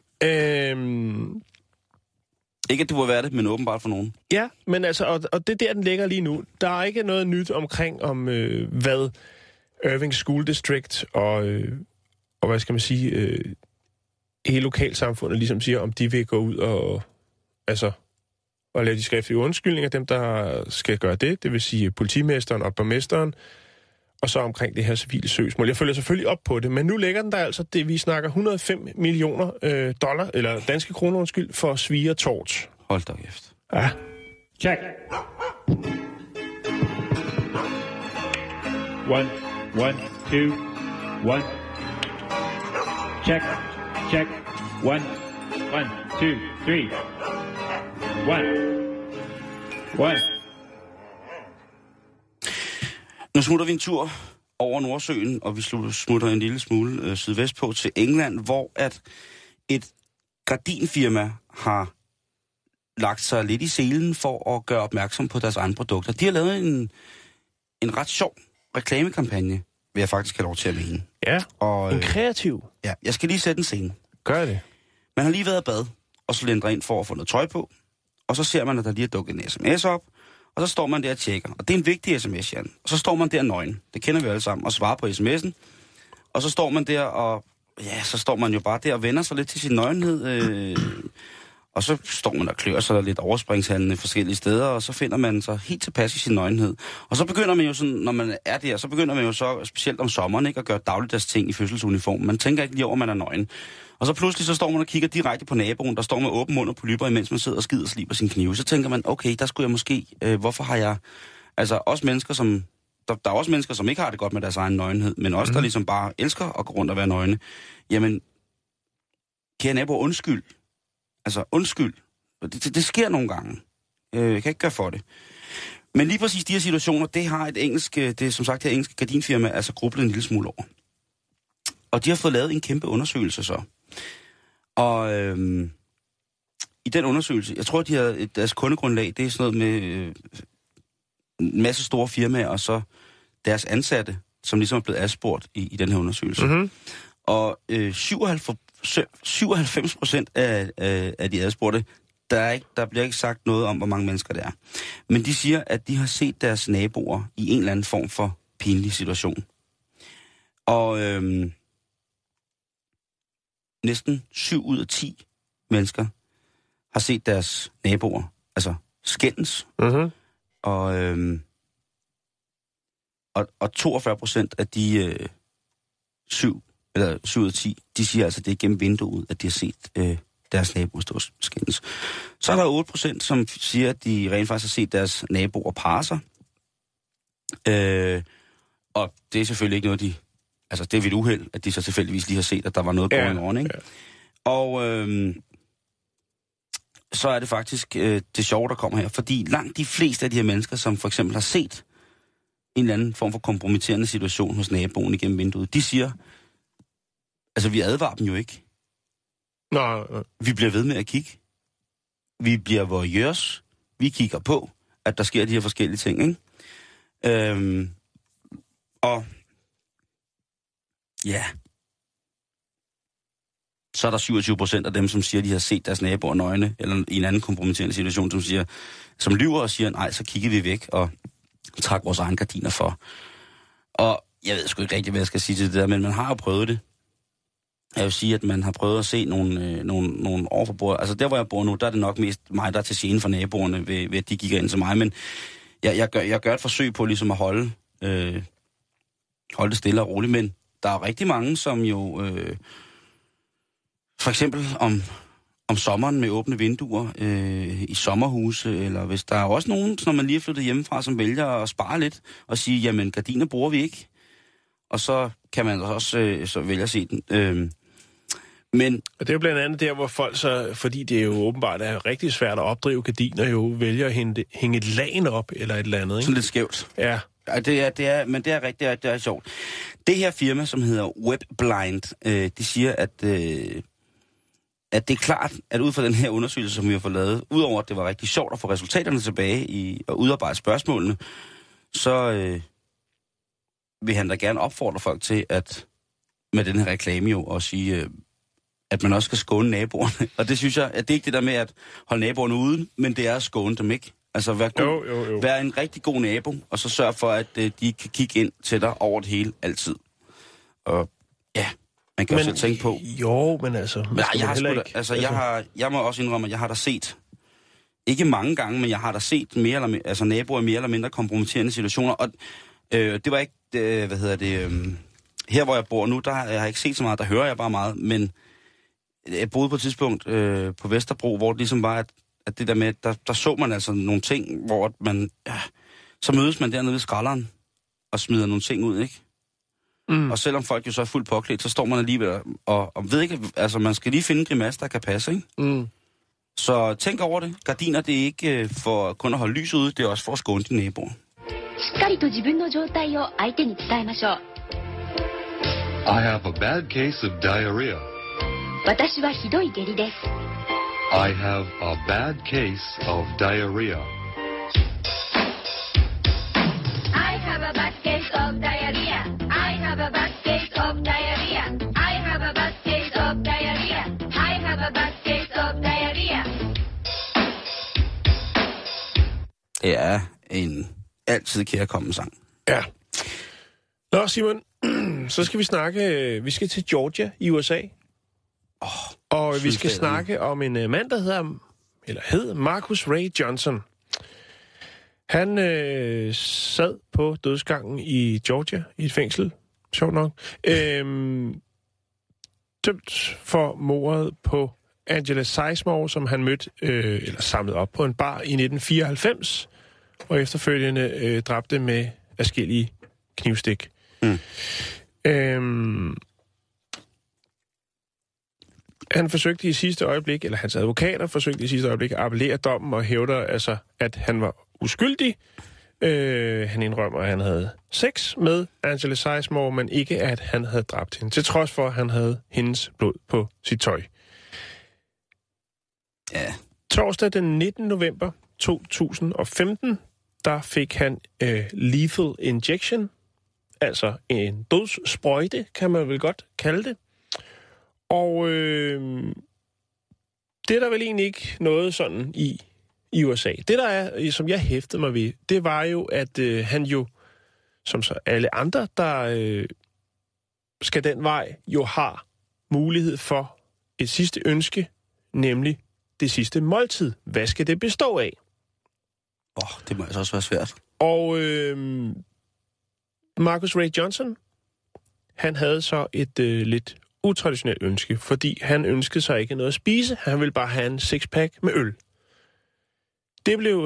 Ikke at det må være det, men åbenbart for nogen. Ja, men altså, og det er der, den ligger lige nu. Der er ikke noget nyt omkring, hvad Irving School District og hvad skal man sige, hele lokalsamfundet ligesom siger, om de vil gå ud og lave de skriftlige undskyldninger, dem der skal gøre det vil sige politimesteren og borgmesteren, og så omkring det her civile søgsmål. Jeg følger selvfølgelig op på det, men nu ligger den der altså, det vi snakker 105 millioner dollar, eller danske kroner, undskyld, for svig og tort. Hold da kæft. Ja. Check. 1, 1, 2, 1. Check, check. 1, 1, 2, 3. 1, 1. Nu smutter vi en tur over Nordsøen, og vi smutter en lille smule sydvest på til England, hvor at et gardinfirma har lagt sig lidt i selen for at gøre opmærksom på deres egne produkter. De har lavet en ret sjov reklamekampagne, vil jeg faktisk have lov til at mene. Ja, og, en kreativ. Ja, jeg skal lige sætte en scene. Gør det. Man har lige været i bad, og så lænder ind for at få noget tøj på, og så ser man, at der lige er dukket en sms op, og så står man der og tjekker. Og det er en vigtig sms, Jan. Og så står man der nøgen. Det kender vi alle sammen. Og svarer på sms'en. Og så står man der og... Ja, så står man jo bare der og vender sig lidt til sin nøgenhed. Og så står man og klør sig lidt overspringshandlende forskellige steder. Og så finder man sig helt tilpas i sin nøgenhed. Og så begynder man jo sådan, når man er der, så begynder man jo så, specielt om sommeren, ikke, at gøre dagligdags ting i fødselsuniform. Man tænker ikke lige over, at man er nøgen. Og så pludselig så står man og kigger direkte på naboen, der står med åben mund og polypper, imens man sidder og skider og sliber sin knive. Så tænker man, okay, der skulle jeg måske... hvorfor har jeg... Altså også mennesker, som... Der er også mennesker, som ikke har det godt med deres egen nøgenhed, men også der ligesom bare elsker at gå rundt og være nøgne. Jamen, kære naboer, undskyld. Altså, undskyld. Det sker nogle gange. Jeg kan ikke gøre for det. Men lige præcis de her situationer, det har et engelsk... Det er som sagt det engelske gardinfirma altså grublet en lille smule over. Og de har fået lavet en kæmpe undersøgelse så. Og i den undersøgelse, jeg tror, de har deres kundegrundlag, det er sådan noget med en masse store firmaer, og så deres ansatte, som ligesom er blevet adspurgt i den her undersøgelse. Mm-hmm. Og 97% af de adspurgte, der bliver ikke sagt noget om, hvor mange mennesker det er. Men de siger, at de har set deres naboer i en eller anden form for pinlig situation. Og... næsten 7 ud af 10 mennesker har set deres naboer, altså skændes. Mm-hmm. Og 42% af de 7 ud af 10, de siger altså, det er gennem vinduet, at de har set deres naboer stå skændes. Så er der 8%, som siger, at de rent faktisk har set deres naboer parre sig. Og det er selvfølgelig ikke noget, de... Altså, det er et uheld, at de så tilfældigvis lige har set, at der var noget going on, ikke? Ja. Og så er det faktisk det sjove, der kommer her. Fordi langt de fleste af de her mennesker, som for eksempel har set en eller anden form for kompromitterende situation hos naboen igennem vinduet, de siger, altså vi advarer dem jo ikke. Nej. Vi bliver ved med at kigge. Vi bliver voyeurs. Vi kigger på, at der sker de her forskellige ting, ikke? Og ja, så er der 27% af dem, som siger, at de har set deres naboer nøgne, eller i en anden kompromitterende situation, som lyver og siger, nej, så kigger vi væk og trækker vores egen gardiner for. Og jeg ved sgu ikke rigtig, hvad jeg skal sige til det der, men man har jo prøvet det. Jeg vil sige, at man har prøvet at se nogle overforbrugere. Altså der, hvor jeg bor nu, der er det nok mest mig, der er til gene for naboerne, ved at de kigger ind til mig. Men jeg gør et forsøg på ligesom at holde det stille og roligt, men der er rigtig mange, som jo for eksempel om sommeren med åbne vinduer i sommerhuse, eller hvis der er også nogen, når man lige er flyttet hjemmefra, som vælger at spare lidt og sige, jamen gardiner bruger vi ikke. Og så kan man også så vælge at se den. Men og det er jo blandt andet der, hvor folk så, fordi det er jo åbenbart er rigtig svært at opdrive gardiner, jo vælger at hænge et lagen op eller et eller andet, ikke? Sådan lidt skævt. Ja. Men det er rigtigt, det er sjovt. Det her firma, som hedder Webblind, de siger, at det er klart, at ud fra den her undersøgelse, som vi har fået lavet, udover at det var rigtig sjovt at få resultaterne tilbage i at udarbejde spørgsmålene, så vil han da gerne opfordre folk til, at med den her reklame jo, at sige, at man også skal skåne naboerne. Og det synes jeg, at det er ikke det der med at holde naboerne uden, men det er at skåne dem, ikke? Altså vær en rigtig god nabo, og så sørg for, at de kan kigge ind til dig over det hele altid. Og ja, man kan jo selv tænke på. Jo, men altså... Jeg må også indrømme, at jeg har da set, ikke mange gange, men jeg har da set naboer i mere eller mindre kompromitterende situationer. Og det var ikke her hvor jeg bor nu, der jeg har ikke set så meget, der hører jeg bare meget, men jeg boede på et tidspunkt på Vesterbro, hvor det ligesom var, at det der med, der så man altså nogle ting, hvor man, så mødes man dernede ved skralderen og smider nogle ting ud, ikke? Mm. Og selvom folk jo så er fuldt påklædt, så står man alligevel og ved ikke, altså man skal lige finde en grimasse, der kan passe, ikke? Mm. Så tænk over det. Gardiner, det er ikke for kun at holde lys ude, det er også for at skåne dine naboer. I have a bad case of diarrhea. I have a bad case of diarrhea. I have a bad case of diarrhea. I have a bad case of diarrhea. I have a bad case of diarrhea. I have a bad case of diarrhea. Det er en altid kærkommen sang. Ja. Nå, Simon, så skal vi snakke... Vi skal til Georgia i USA. Og vi skal snakke om en mand, der hed Marcus Ray Johnson. Han sad på dødsgangen i Georgia, i et fængsel, sjovt nok, dømt for mordet på Angela Sizemore, som han mødte, eller samlede op på en bar i 1994, og efterfølgende dræbte med adskillige knivstik. Han forsøgte i sidste øjeblik, eller hans advokater forsøgte i sidste øjeblik at appellere dommen og hævder altså, at han var uskyldig. Han indrømmer, at han havde sex med Angela Sizemore, men ikke at han havde dræbt hende, til trods for, at han havde hendes blod på sit tøj. Ja. Torsdag den 19. november 2015, der fik han lethal injection, altså en dødssprøjte, kan man vel godt kalde det. Og det er der vel egentlig ikke noget sådan i USA. Det der er, som jeg hæftede mig ved, det var jo, at han jo, som så alle andre, der skal den vej, jo har mulighed for et sidste ønske, nemlig det sidste måltid. Hvad skal det bestå af? Det må altså også være svært. Og Marcus Ray Johnson, han havde så et lidt utraditionelt ønske, fordi han ønskede sig ikke noget at spise. Han ville bare have en sixpack med øl. Det blev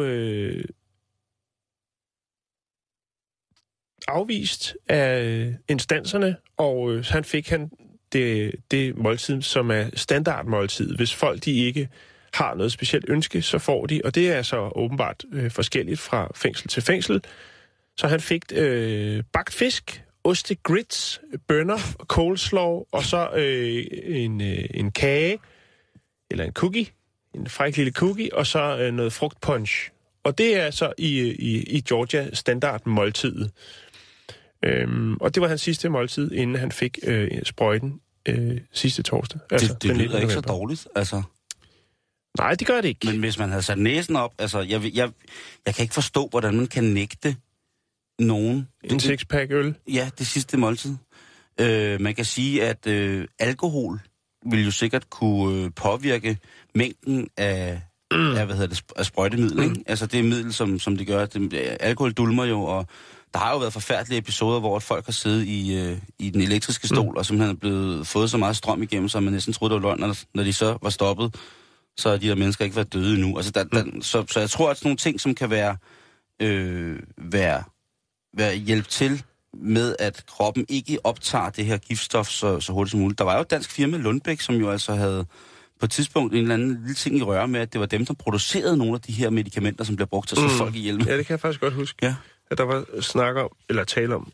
afvist af instanserne, og han fik det måltid, som er standardmåltid. Hvis folk de ikke har noget specielt ønske, så får de, og det er så åbenbart forskelligt fra fængsel til fængsel. Så han fik bagt fisk, ostegrits, bønner, coleslaw, og så en kage, eller en cookie, en fræk lille cookie, og så noget frugtpunch. Og det er så i Georgia standard måltidet. Og det var hans sidste måltid, inden han fik sprøjten sidste torsdag. Altså, det lyder ikke så dårligt, altså. Nej, det gør det ikke. Men hvis man havde sat næsen op, altså, jeg kan ikke forstå, hvordan man kan nægte nogen. En sixpack øl? Ja, det sidste måltid. Man kan sige, at alkohol vil jo sikkert kunne påvirke mængden af sprøjtemiddel, ikke? Altså det er middel, som det gør. Alkohol dulmer jo, og der har jo været forfærdelige episoder, hvor folk har siddet i den elektriske stol, og simpelthen er blevet fået så meget strøm igennem, så man næsten troede, det var løgn, når de så var stoppet, så har de der mennesker ikke været døde endnu. Altså, så jeg tror, at sådan nogle ting, som kan være hjælp til med, at kroppen ikke optager det her giftstof så hurtigt som muligt. Der var jo et dansk firma, Lundbæk, som jo altså havde på et tidspunkt en eller anden lille ting i røre med, at det var dem, der producerede nogle af de her medicamenter, som bliver brugt til at slå folk ihjel. Ja, det kan jeg faktisk godt huske. Ja. At der var tale om,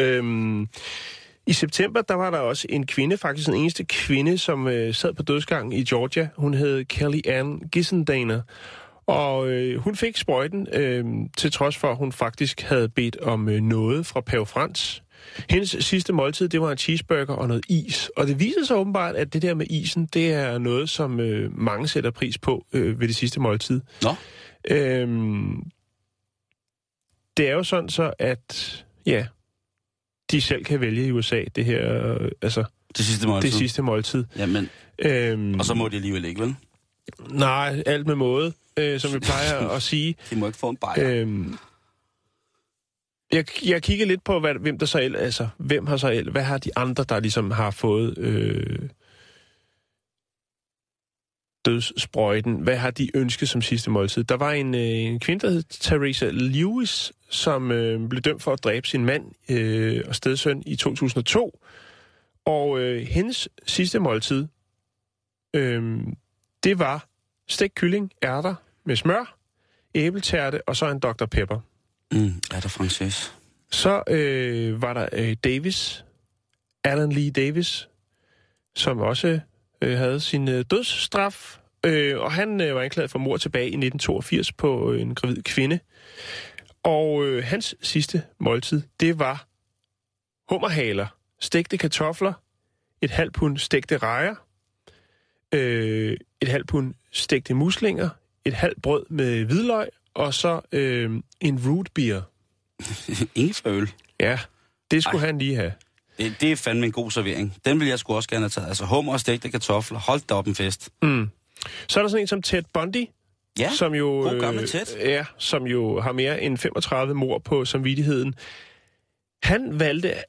I september, der var der også en kvinde, faktisk den eneste kvinde, som sad på dødsgangen i Georgia. Hun hed Kelly Ann Gissendaner. Og hun fik sprøjten, til trods for, at hun faktisk havde bedt om noget fra Pave Frans. Hendes sidste måltid, det var en cheeseburger og noget is. Og det viser sig åbenbart, at det der med isen, det er noget, som mange sætter pris på ved det sidste måltid. Nå? Det er jo sådan så, at de selv kan vælge i USA det her, altså... Det sidste måltid. Jamen, og så må de alligevel ikke, vel? Nej, alt med måde, som vi plejer at sige. De må ikke få en bajer. Jeg kigger lidt på, hvem der så hvem har så hvad har de andre, der ligesom har fået dødssprøjten? Hvad har de ønsket som sidste måltid? Der var en kvinde, der hed Teresa Lewis, som blev dømt for at dræbe sin mand og stedsøn i 2002. Og hendes sidste måltid, det var stegt kylling, ærter med smør, æbletærte og så en Dr. Pepper. Ærter francais. Så var der Alan Lee Davis, som også havde sin dødsstraf, og han var anklaget for mord tilbage i 1982 på en gravid kvinde. Og hans sidste måltid, det var hummerhaler, stegte kartofler, et halvt pund stegte rejer, et halvt pund stegte muslinger, et halvt brød med hvidløg, og så en root beer. Ingefærøl. Ja, det skulle han lige have. Det er fandme en god servering. Den vil jeg sgu også gerne have taget. Altså hummer og stegte kartofler. Hold da op en fest. Så er der sådan en som Ted Bundy. Ja, som jo, god gammel Ted. Ja, som jo har mere end 35 mord på samvittigheden. Han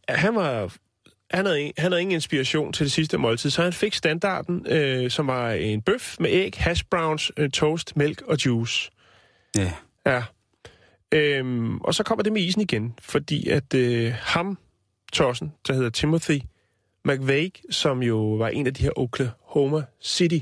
havde ingen inspiration til det sidste måltid, så han fik standarden, som var en bøf med æg, hash browns, toast, mælk og juice. Ja. Ja. Og så kommer det med isen igen, fordi at tossen, der hedder Timothy McVeigh, som jo var en af de her Oklahoma City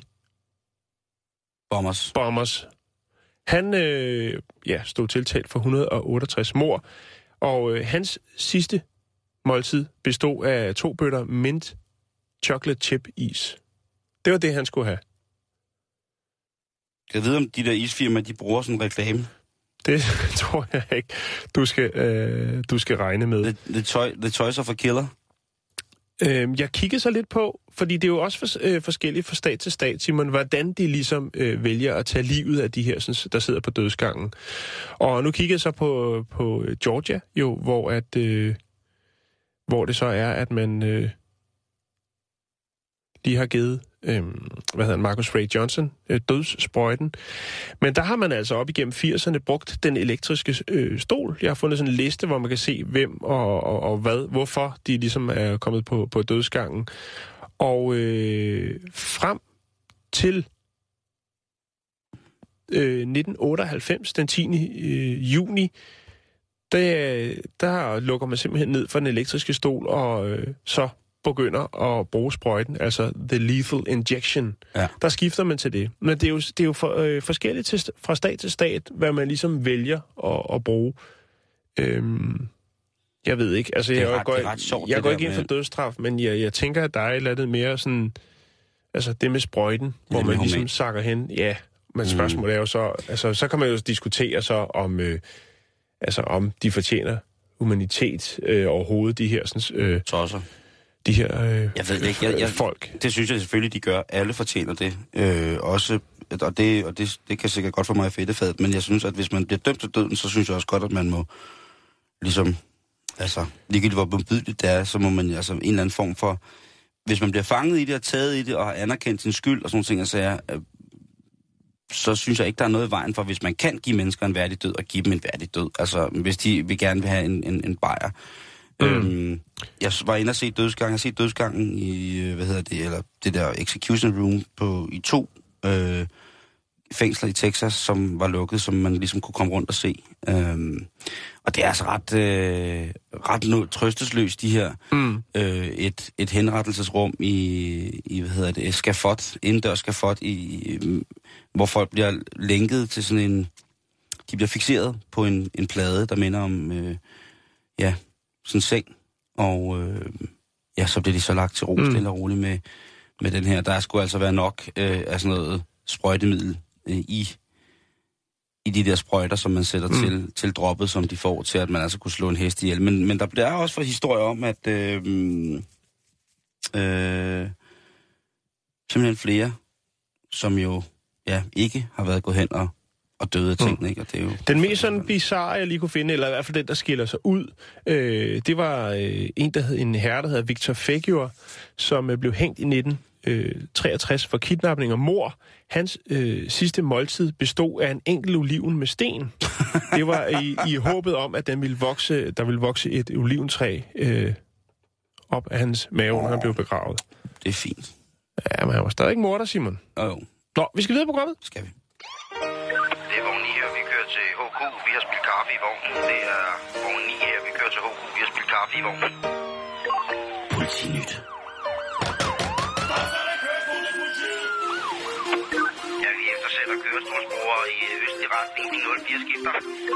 Bombers. Han stod tiltalt for 168 mord, og hans sidste måltid bestod af 2 bøtter mint chocolate chip is. Det var det, han skulle have. Jeg ved, om de der isfirmaer, de bruger sådan en reklame. Det tror jeg ikke, du skal regne med. The choice of a killer? Jeg kigger så lidt på, fordi det er jo også forskelligt fra stat til stat, Simon, hvordan de ligesom vælger at tage livet af de her, sådan, der sidder på dødsgangen. Og nu kigger jeg så på Georgia, jo, hvor det så er, at man lige har givet Marcus Ray Johnson dødssprøjten. Men der har man altså op igennem 80'erne brugt den elektriske stol. Jeg har fundet sådan en liste, hvor man kan se, hvem og hvorfor de ligesom er kommet på dødsgangen. Og frem til 1998, den 10. juni, der lukker man simpelthen ned for den elektriske stol, og så begynder at bruge sprøjten, altså the lethal injection. Ja. Der skifter man til det. Men det er jo forskelligt fra stat til stat, hvad man ligesom vælger at bruge. Jeg ved ikke. Altså, jeg går ikke ind for dødsstraf, men jeg tænker, at der er et eller andet mere sådan, altså det med sprøjten, hvor man ligesom sakker hen. Ja, men spørgsmålet er jo så kan man jo diskutere så om de fortjener humanitet overhovedet, de her sådan tosser. De her jeg ved ikke, folk. Det synes jeg selvfølgelig, de gør. Alle fortjener det. Også, og det kan sikkert godt få mig i fedtefadet, men jeg synes, at hvis man bliver dømt til døden, så synes jeg også godt, at man må ligesom, altså, ligegyldigt hvor modbydeligt det er, så må man altså en eller anden form for, hvis man bliver fanget i det og taget i det og har anerkendt sin skyld og sådan nogle ting, så synes jeg ikke, der er noget i vejen for, hvis man kan give mennesker en værdig død og give dem en værdig død. Altså, hvis de vil gerne vil have en bajer. Jeg var inde og se dødsgangen. Jeg har set dødsgangen i, eller det der execution room i 2 fængsler i Texas, som var lukket, som man ligesom kunne komme rundt og se. Og det er altså ret trøstesløst, de her. Et henrettelsesrum i skafot, indendørs skafot, hvor folk bliver lænket til sådan en, de bliver fikseret på en plade, der minder om, sådan en seng, og så bliver de så lagt til ro, stille og roligt med den her. Der skulle altså være nok af sådan noget sprøjtemiddel i de der sprøjter, som man sætter til droppet, som de får til, at man altså kunne slå en hest ihjel. Men der er også for historie om, at simpelthen flere, som jo ikke har været gået hen og døde af tingene, ikke? Og det er jo den mest sådan bizarre, jeg lige kunne finde, eller i hvert fald den, der skiller sig ud, det var en herre, der hedder Victor Feguer, som blev hængt i 63 for kidnapning og mord. Hans sidste måltid bestod af en enkelt oliven med sten. Det var i håbet om, at der ville vokse et oliventræ op af hans mave, når han blev begravet. Det er fint. Ja, men han var stadig ikke morder, Simon. Jo. Nå, vi skal videre på programmet. Skal vi. Det er vogn 9 her, vi kører til HK. Vi har spillet kaffe i vognen. Det er vogn 9 her, vi kører til HK. Vi har spillet kaffe i vognen. Politinyt. Ja, vi eftersætter kørestolsbrugere i østlig retning. De 04 skifter.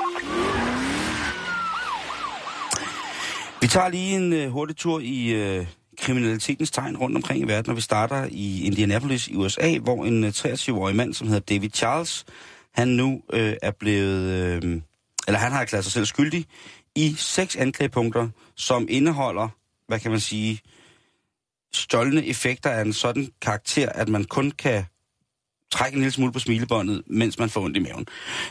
Vi tager lige en hurtig tur i kriminalitetens tegn rundt omkring i verden, og vi starter i Indianapolis i USA, hvor en 23-årig mand, som hedder David Charles, han nu er blevet, han har erklæret sig selv skyldig i 6 anklagepunkter, som indeholder, hvad kan man sige, stjålne effekter af en sådan karakter, at man kun kan trække en lille smule på smilebåndet, mens man får ondt i maven.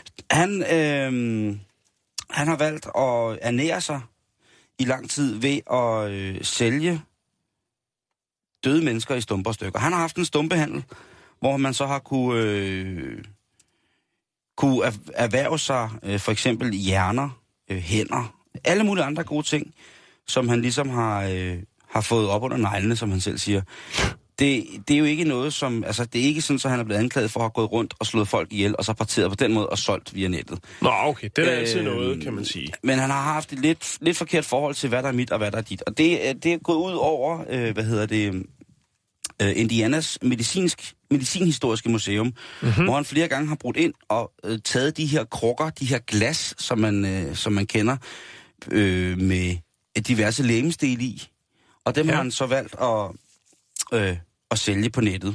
Han har valgt at ernære sig i lang tid ved at sælge døde mennesker i stumper og stykker. Han har haft en stumpehandel, hvor man så har kunne erhverve sig for eksempel hjerner, hænder, alle mulige andre gode ting, som han ligesom har fået op under neglene, som han selv siger. Det er jo ikke noget som, altså det er ikke sådan, så han er blevet anklaget for at have gået rundt og slået folk ihjel, og så parteret på den måde og solgt via nettet. Nå, okay, det er altid noget, kan man sige. Men han har haft et lidt forkert forhold til, hvad der er mit og hvad der er dit. Og det er gået ud over, Indianas medicinhistoriske museum, hvor han flere gange har brudt ind og taget de her krukker, de her glas, som man kender, med diverse legemsdele i. Og dem har han så valgt at sælge på nettet.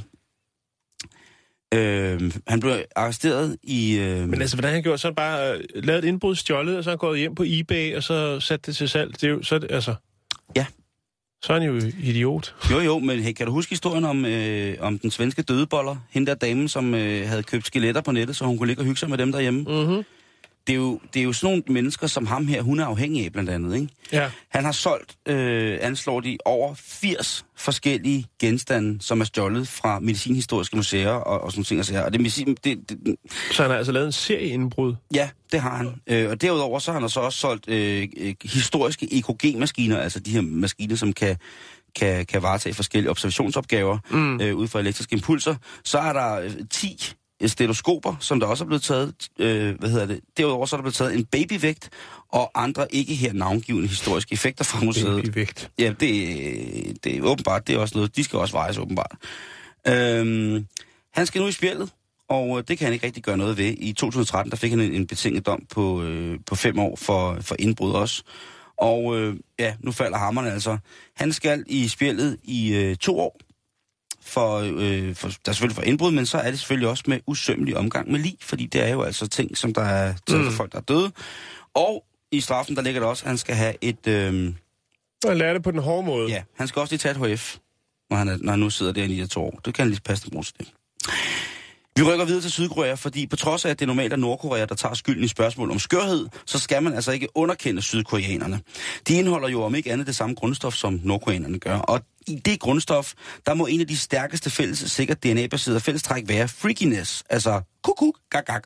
Han blev arresteret i... Men altså, hvordan han gjorde? Så han bare lavet et indbrud, stjålet, og så har han gået hjem på eBay, og så sat det til salg. Det er jo, så altså... Ja. Så er han jo idiot. Jo, men hey, kan du huske historien om den svenske dødeboller? Hende der dame, som havde købt skeletter på nettet, så hun kunne ligge og hygge sig med dem derhjemme. Mhm. Det er jo sådan nogle mennesker som ham her, hun er afhængig af blandt andet, ikke? Ja. Han har solgt, anslår de, over 80 forskellige genstande, som er stjålet fra medicinhistoriske museer og sådan ting. Og Så han har altså lavet en serie indbrud? Ja, det har han. Og derudover så har han så også solgt historiske EKG-maskiner, altså de her maskiner, som kan varetage forskellige observationsopgaver ud fra elektriske impulser. Så er der 10 stetoskoper, som der også er blevet taget, Derudover så er der blevet taget en babyvægt, og andre ikke her navngivende historiske effekter fra museet. Babyvægt? Ja, det er åbenbart, det er også noget, de skal også vejes åbenbart. Han skal nu i spjældet, og det kan han ikke rigtig gøre noget ved. I 2013, der fik han en betinget dom på 5 år for indbrud også. Og nu falder hammerne altså. Han skal i spjældet i 2 år. Der er selvfølgelig for indbrud, men så er det selvfølgelig også med usømmelig omgang med lig, fordi det er jo altså ting, som der er taget for folk, der er døde. Og i straffen, der ligger der også, at han skal have et... Og lære det på den hårde måde. Ja, han skal også lige tage et HF, når han nu sidder der i 2 år. Det kan han lige passe til det. Vi rykker videre til Sydkorea, fordi på trods af, at det normalt er Nordkorea, der tager skylden i spørgsmål om skørhed, så skal man altså ikke underkende sydkoreanerne. De indeholder jo om ikke andet det samme grundstof, som nordkoreanerne gør. Og i det grundstof, der må en af de stærkeste fælles, sikkert DNA-baserede fællestræk være freakiness. Altså kukuk, gak.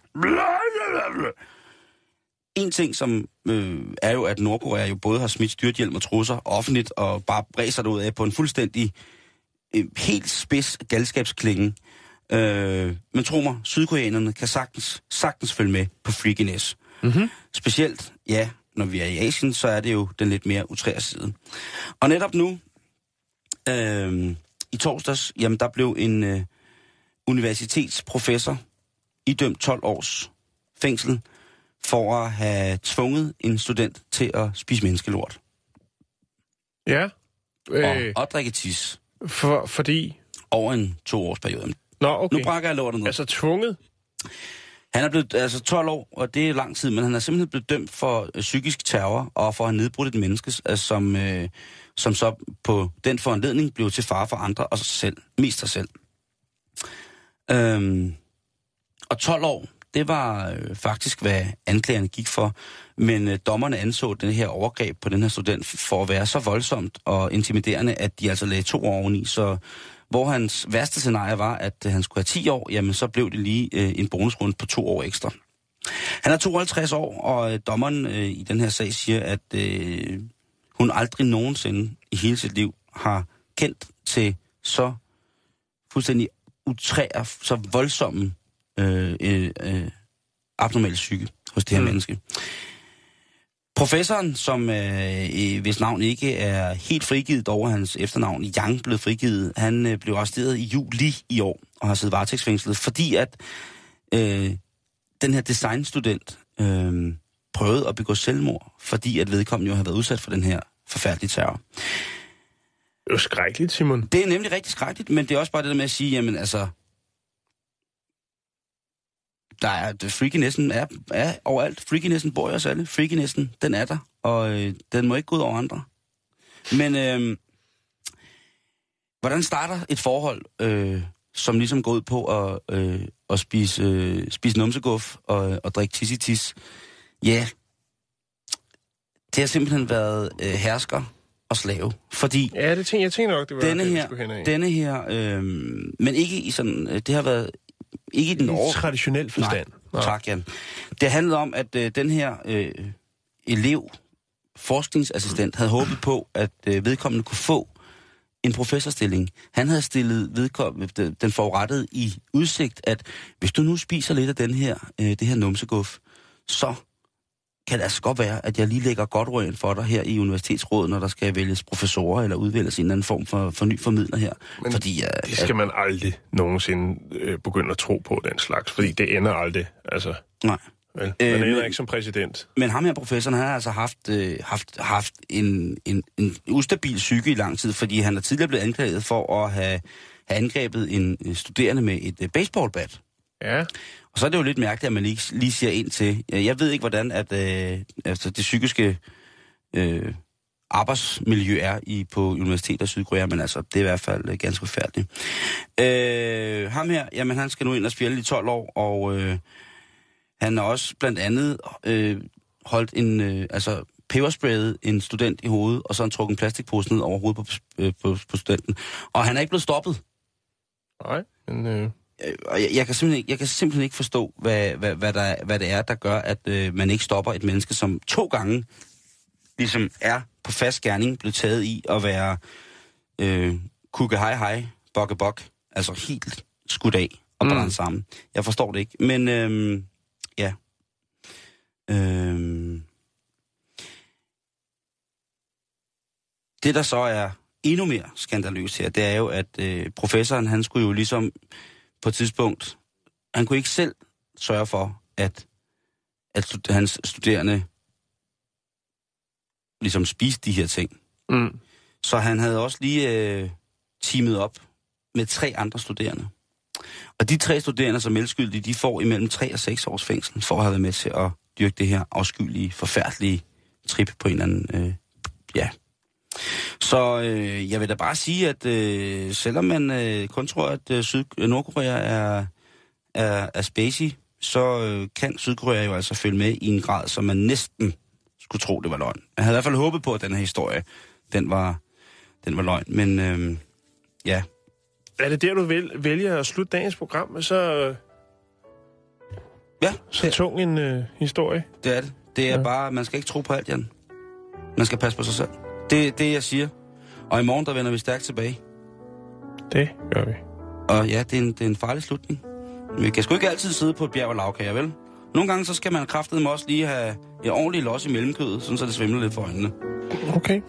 En ting, som er jo, at Nordkorea jo både har smidt styrthjelm og trusser offentligt, og bare bræser det ud af på en fuldstændig helt spids galskabsklinge. Men tro mig, sydkoreanerne kan sagtens følge med på freakiness. Mm-hmm. Specielt, ja, når vi er i Asien, så er det jo den lidt mere utrære side. Og netop nu, i torsdags, jamen der blev en universitetsprofessor idømt 12 års fængsel for at have tvunget en student til at spise menneskelort. Ja. Og drikke tis. Fordi? Over en 2-årsperiode. Nå, okay. Nu brækker jeg lortet ned. Altså tvunget? Han er blevet 12 år, og det er lang tid, men han er simpelthen blevet dømt for psykisk terror og for at have nedbrudt et menneske, som så på den foranledning blev til fare for andre og sig selv. Mest sig selv. Og 12 år, det var faktisk, hvad anklagerne gik for. Men dommerne anså den her overgreb på den her student for at være så voldsomt og intimiderende, at de altså lagde 2 år oveni. Så hvor hans værste scenarie var, at han skulle have 10 år, jamen så blev det lige en bonusrunde på 2 år ekstra. Han er 52 år, og dommeren i den her sag siger, at hun aldrig nogensinde i hele sit liv har kendt til så fuldstændig utræer, så voldsomme abnormal psyke hos det her menneske. Professoren, som hvis navn ikke er helt frigivet over hans efternavn, Yang blev frigivet, han blev arresteret i juli i år og har siddet varetægtsfængslet, fordi at den her designstudent prøvede at begå selvmord, fordi at vedkommende jo har været udsat for den her forfærdelige terror. Det er jo skrækkeligt, Simon. Det er nemlig rigtig skrækkeligt, men det er også bare det der med at sige, jamen altså, freakinessen er overalt. Freakinessen bor i os alle. Freakinessen, den er der, og den må ikke gå ud over andre. Men hvordan starter et forhold, som ligesom går ud på at spise numseguf og drikke tissitis? Ja, det har simpelthen været hersker og slave, fordi... Ja, jeg tænker nok, det var denne her, men ikke i sådan... Det har været... Ikke i den traditionel forstand. Nej, tak, Jan. Det handlede om, at den her forskningsassistent, havde håbet på, at vedkommende kunne få en professorstilling. Han havde stillet vedkommende, den forurettede i udsigt, at hvis du nu spiser lidt af det her numseguf, så kan det altså godt være, at jeg lige lægger godt røgen for dig her i universitetsrådet, når der skal vælges professorer eller udvælges en eller anden form for ny formidler her. Men fordi, det skal man aldrig nogensinde begynde at tro på, den slags, fordi det ender aldrig. Altså, nej. Vel, man ender ikke som præsident. Men ham her professoren, han har altså haft en ustabil psyke i lang tid, fordi han er tidligere blevet anklaget for at have angrebet en studerende med et baseballbat. Ja. Og så er det jo lidt mærkeligt, at man lige siger ind til. Jeg ved ikke, hvordan at, altså det psykiske arbejdsmiljø er på universitetet i Sydkorea, men altså, det er i hvert fald ganske forfærdeligt. Ham her, jamen han skal nu ind og spille i 12 år, og han har også blandt andet holdt pebersprayet en student i hovedet, og så han trukket en plastikpose ned over hovedet på studenten. Og han er ikke blevet stoppet. Nej, men... Jeg kan simpelthen ikke forstå, hvad det er, der gør, at man ikke stopper et menneske, som 2 gange ligesom er på fast gerning, blevet taget i at være kukke hej, bokke bok, altså helt skudt af og brændt sammen. Jeg forstår det ikke, men ja. Det, der så er endnu mere skandaløst her, det er jo, at professoren, han skulle jo ligesom på et tidspunkt, han kunne ikke selv sørge for, at hans studerende ligesom spiste de her ting. Mm. Så han havde også lige teamet op med 3 andre studerende. Og de 3 studerende, som meldskyldige, de får imellem 3 og 6 års fængsel for at have været med til at dyrke det her afskyelige, forfærdelige trip på en eller anden, Så jeg vil da bare sige, at selvom man kun tror, at Nordkorea er spacey, så kan Sydkorea jo altså følge med i en grad, som man næsten skulle tro, det var løgn. Jeg havde i hvert fald håbet på, at den her historie, den var løgn, men ja. Er det der, du vælger at slutte dagens program, så... Ja. Så tung en historie? Det er det. Det er bare, man skal ikke tro på alt, Jan. Man skal passe på sig selv. Det er det, jeg siger. Og i morgen, der vender vi stærkt tilbage. Det gør vi. Og ja, det er en farlig slutning. Vi kan sgu ikke altid sidde på et bjerg og lavkage, vel? Nogle gange, så skal man kraftedeme også lige have et ordentligt los i mellemkødet, sådan så det svimler lidt for øjnene. Okay.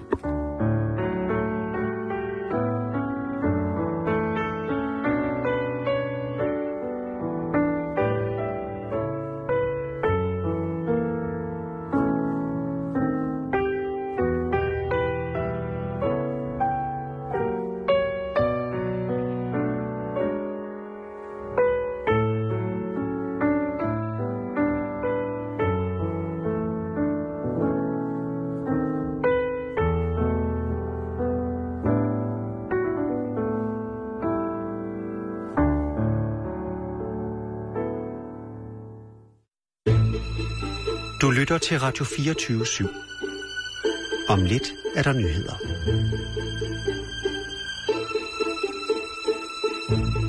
Du lytter til Radio 24/7. Om lidt er der nyheder. Thank you.